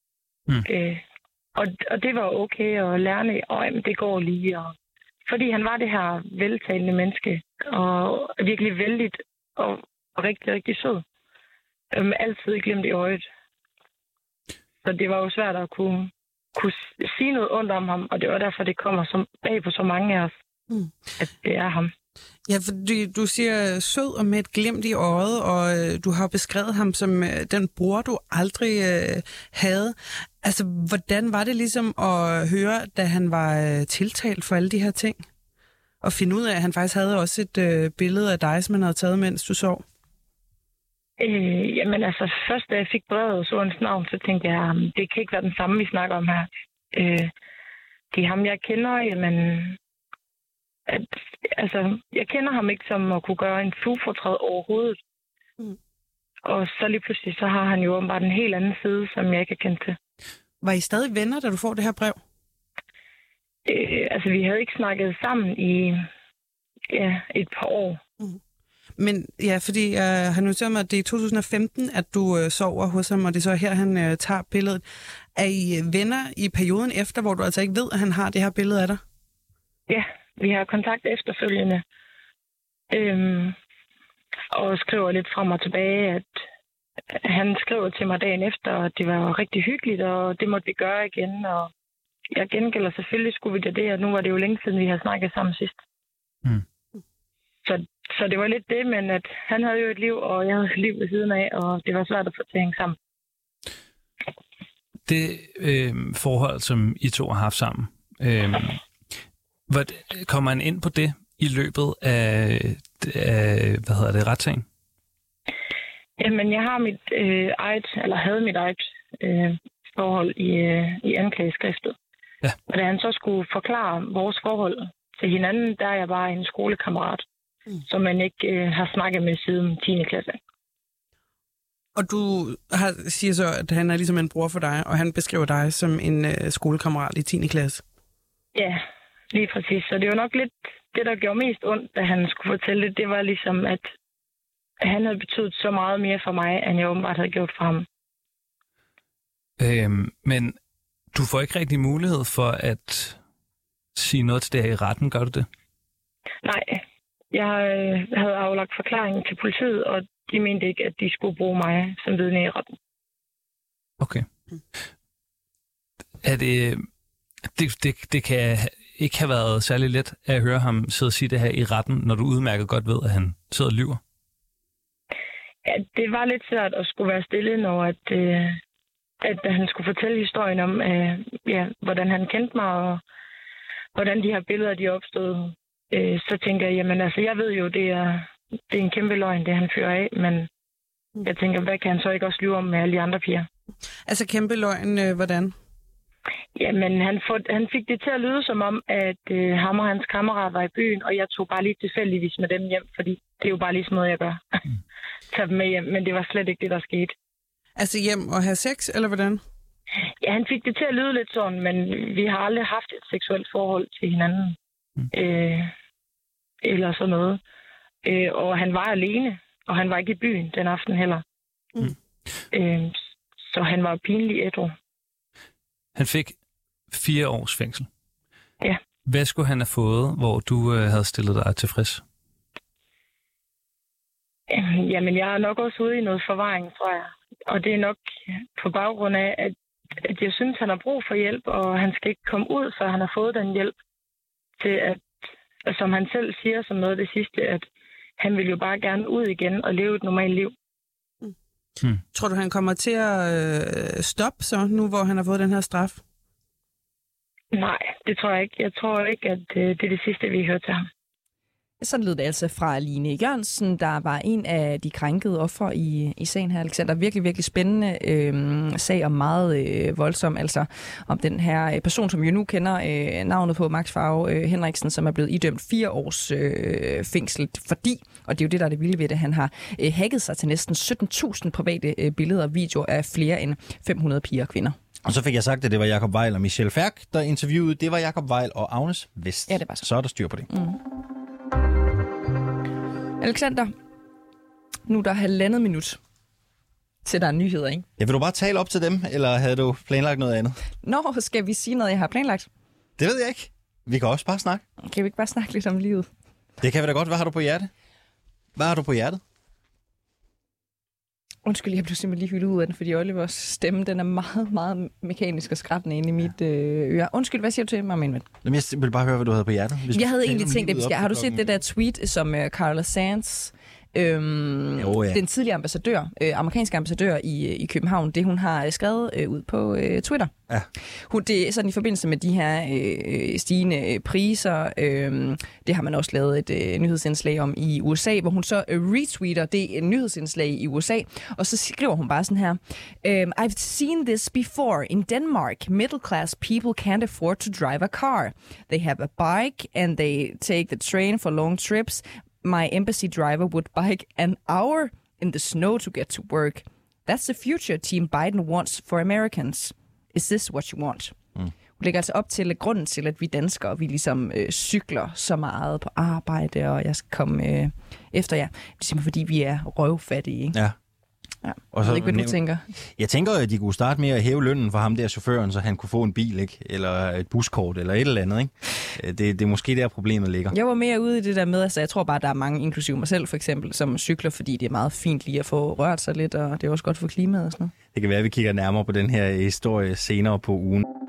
Og det var okay at lære, jamen, det går lige, fordi han var det her veltalende menneske, og virkelig vældigt og rigtig, rigtig sød. Altid glemt i øjet. Så det var jo svært at kunne sige noget ondt om ham, og det var derfor, det kommer som bag på så mange af os, at det er ham. Ja, fordi du siger sød og med et glimt i øjet, og du har beskrevet ham som den bror, du aldrig havde. Altså, hvordan var det ligesom at høre, da han var tiltalt for alle de her ting? Og finde ud af, at han faktisk havde også et billede af dig, som han havde taget, mens du sov? Jamen altså, først da jeg fik brevet og så hans navn, så tænkte jeg, det kan ikke være den samme, vi snakker om her. Det er ham, jeg kender, jamen... Altså, jeg kender ham ikke som at kunne gøre en fluefortræd overhovedet. Og så lige pludselig, så har han jo åbenbart en helt anden side, som jeg ikke har kendt til. Var I stadig venner, da du får det her brev? Altså, vi havde ikke snakket sammen i et par år. Men ja, fordi han noteret mig, at det er i 2015, at du sover hos ham, og det er så her, han tager billedet. Er I venner i perioden efter, hvor du altså ikke ved, at han har det her billede af dig? Ja, vi har kontakt efterfølgende. Og skriver lidt frem og tilbage, at han skriver til mig dagen efter, at det var rigtig hyggeligt, og det måtte vi gøre igen. Og jeg gengælder selvfølgelig, skulle vi det, og nu var det jo længe siden, vi havde snakket sammen sidst. Så det var lidt det, men at han havde jo et liv, og jeg havde et liv ved siden af, og det var svært at få til at hænge sammen. Det forhold, som I to har haft sammen, kommer han ind på det i løbet af retssagen? Jamen, jeg har havde mit eget forhold i anklageskriftet. Ja. Og da han så skulle forklare vores forhold til hinanden, der er jeg bare en skolekammerat, som man ikke har snakket med siden 10. klasse. Og du siger så, at han er ligesom en bror for dig, og han beskriver dig som en skolekammerat i 10. klasse. Ja, lige præcis. Så det var nok lidt det, der gjorde mest ondt, da han skulle fortælle det. Det var ligesom, at han havde betydet så meget mere for mig, end jeg åbenbart havde gjort for ham. Men du får ikke rigtig mulighed for at sige noget til det her i retten, gør du det? Nej, jeg havde aflagt forklaringen til politiet, og de mente ikke, at de skulle bruge mig som vidne i retten. Okay. Er det kan ikke have været særlig let at høre ham sidde og sige det her i retten, når du udmærket godt ved, at han sidder og lyver? Ja, det var lidt svært at skulle være stille, når at han skulle fortælle historien om, hvordan han kendte mig, og hvordan de her billeder de opstod. Så tænker jeg, jamen altså, jeg ved jo, det er en kæmpe løgn, det han fører af, men jeg tænker, hvad kan han så ikke også lyve om med alle de andre piger? Altså kæmpe løgn, hvordan? Jamen, han fik det til at lyde som om, at ham og hans kammerat var i byen, og jeg tog bare lige tilfældigvis med dem hjem, fordi det er jo bare lige sådan noget, jeg gør. Tag dem med hjem, men det var slet ikke det, der skete. Altså hjem og have sex, eller hvordan? Ja, han fik det til at lyde lidt sådan, men vi har aldrig haft et seksuelt forhold til hinanden. Eller sådan noget. Og han var alene, og han var ikke i byen den aften heller. Så han var pinlig ædru. Han fik 4 års fængsel. Ja. Hvad skulle han have fået, hvor du havde stillet dig tilfreds? Jamen, jeg er nok også ude i noget forvaring, tror jeg. Og det er nok på baggrund af, at jeg synes, han har brug for hjælp, og han skal ikke komme ud, før han har fået den hjælp til at, som han selv siger som noget af det sidste, at han vil jo bare gerne ud igen og leve et normalt liv. Tror du, han kommer til at stoppe så, nu hvor han har fået den her straf? Nej, det tror jeg ikke. Jeg tror ikke, at det er det sidste, vi hører til ham. Sådan lød det altså fra Line Jørgensen, der var en af de krænkede ofre i sagen her, Alexander. Virkelig, virkelig spændende sag og meget voldsom, altså om den her person, som jo nu kender navnet på Max Farve Henriksen, som er blevet idømt 4 års fængsel, fordi, og det er jo det, der er det vilde ved det, han har hacket sig til næsten 17.000 private billeder og videoer af flere end 500 piger og kvinder. Og så fik jeg sagt, at det var Jakob Weil og Michelle Ferk, der interviewede. Det var Jakob Weil og Agnes Vest. Ja, det var så. Så er der styr på det. Alexander, nu er der 1,5 minut til der er nyheder, ikke? Ja, vil du bare tale op til dem, eller havde du planlagt noget andet? Nå, skal vi sige noget, jeg har planlagt? Det ved jeg ikke. Vi kan også bare snakke. Kan vi ikke bare snakke lidt om livet? Det kan vi da godt. Hvad har du på hjertet? Hvad har du på hjertet? Undskyld, jeg blev simpelthen lige hyldet ud af den, fordi Olivers stemme, den er meget, meget mekanisk og skrattende inde i mit øre. Undskyld, hvad siger du til mig, min ven? Jamen, jeg vil bare høre, hvad du havde på hjertet. Jeg havde egentlig tænkt, at har du set det der tweet, som Carla Sands, den tidligere ambassadør, amerikanske ambassadør i København, det hun har skrevet ud på Twitter. Ja. Det er sådan i forbindelse med de her stigende priser. Det har man også lavet et nyhedsindslag om i USA, hvor hun så retweeter det nyhedsindslag i USA, og så skriver hun bare sådan her: I've seen this before in Denmark. Middle class people can't afford to drive a car. They have a bike and they take the train for long trips. My embassy driver would bike an hour in the snow to get to work. That's the future Team Biden wants for Americans. Is this what you want? Hun lægger altså op til grunden til, at vi danskere, vi ligesom cykler så meget på arbejde, og jeg skal komme efter jer. Det er simpelthen, fordi vi er røvfattige, ikke? Ja. Ja. Og så jeg ved ikke, hvad du tænker. Jeg tænker, at de kunne starte med at hæve lønnen for ham der chaufføren, så han kunne få en bil, ikke? Eller et buskort, eller et eller andet, ikke? Det er måske der, problemet ligger. Jeg var mere ude i det der med, altså jeg tror bare, der er mange, inklusive mig selv for eksempel, som cykler, fordi det er meget fint lige at få rørt sig lidt, og det er også godt for klimaet og sådan noget. Det kan være, at vi kigger nærmere på den her historie senere på ugen.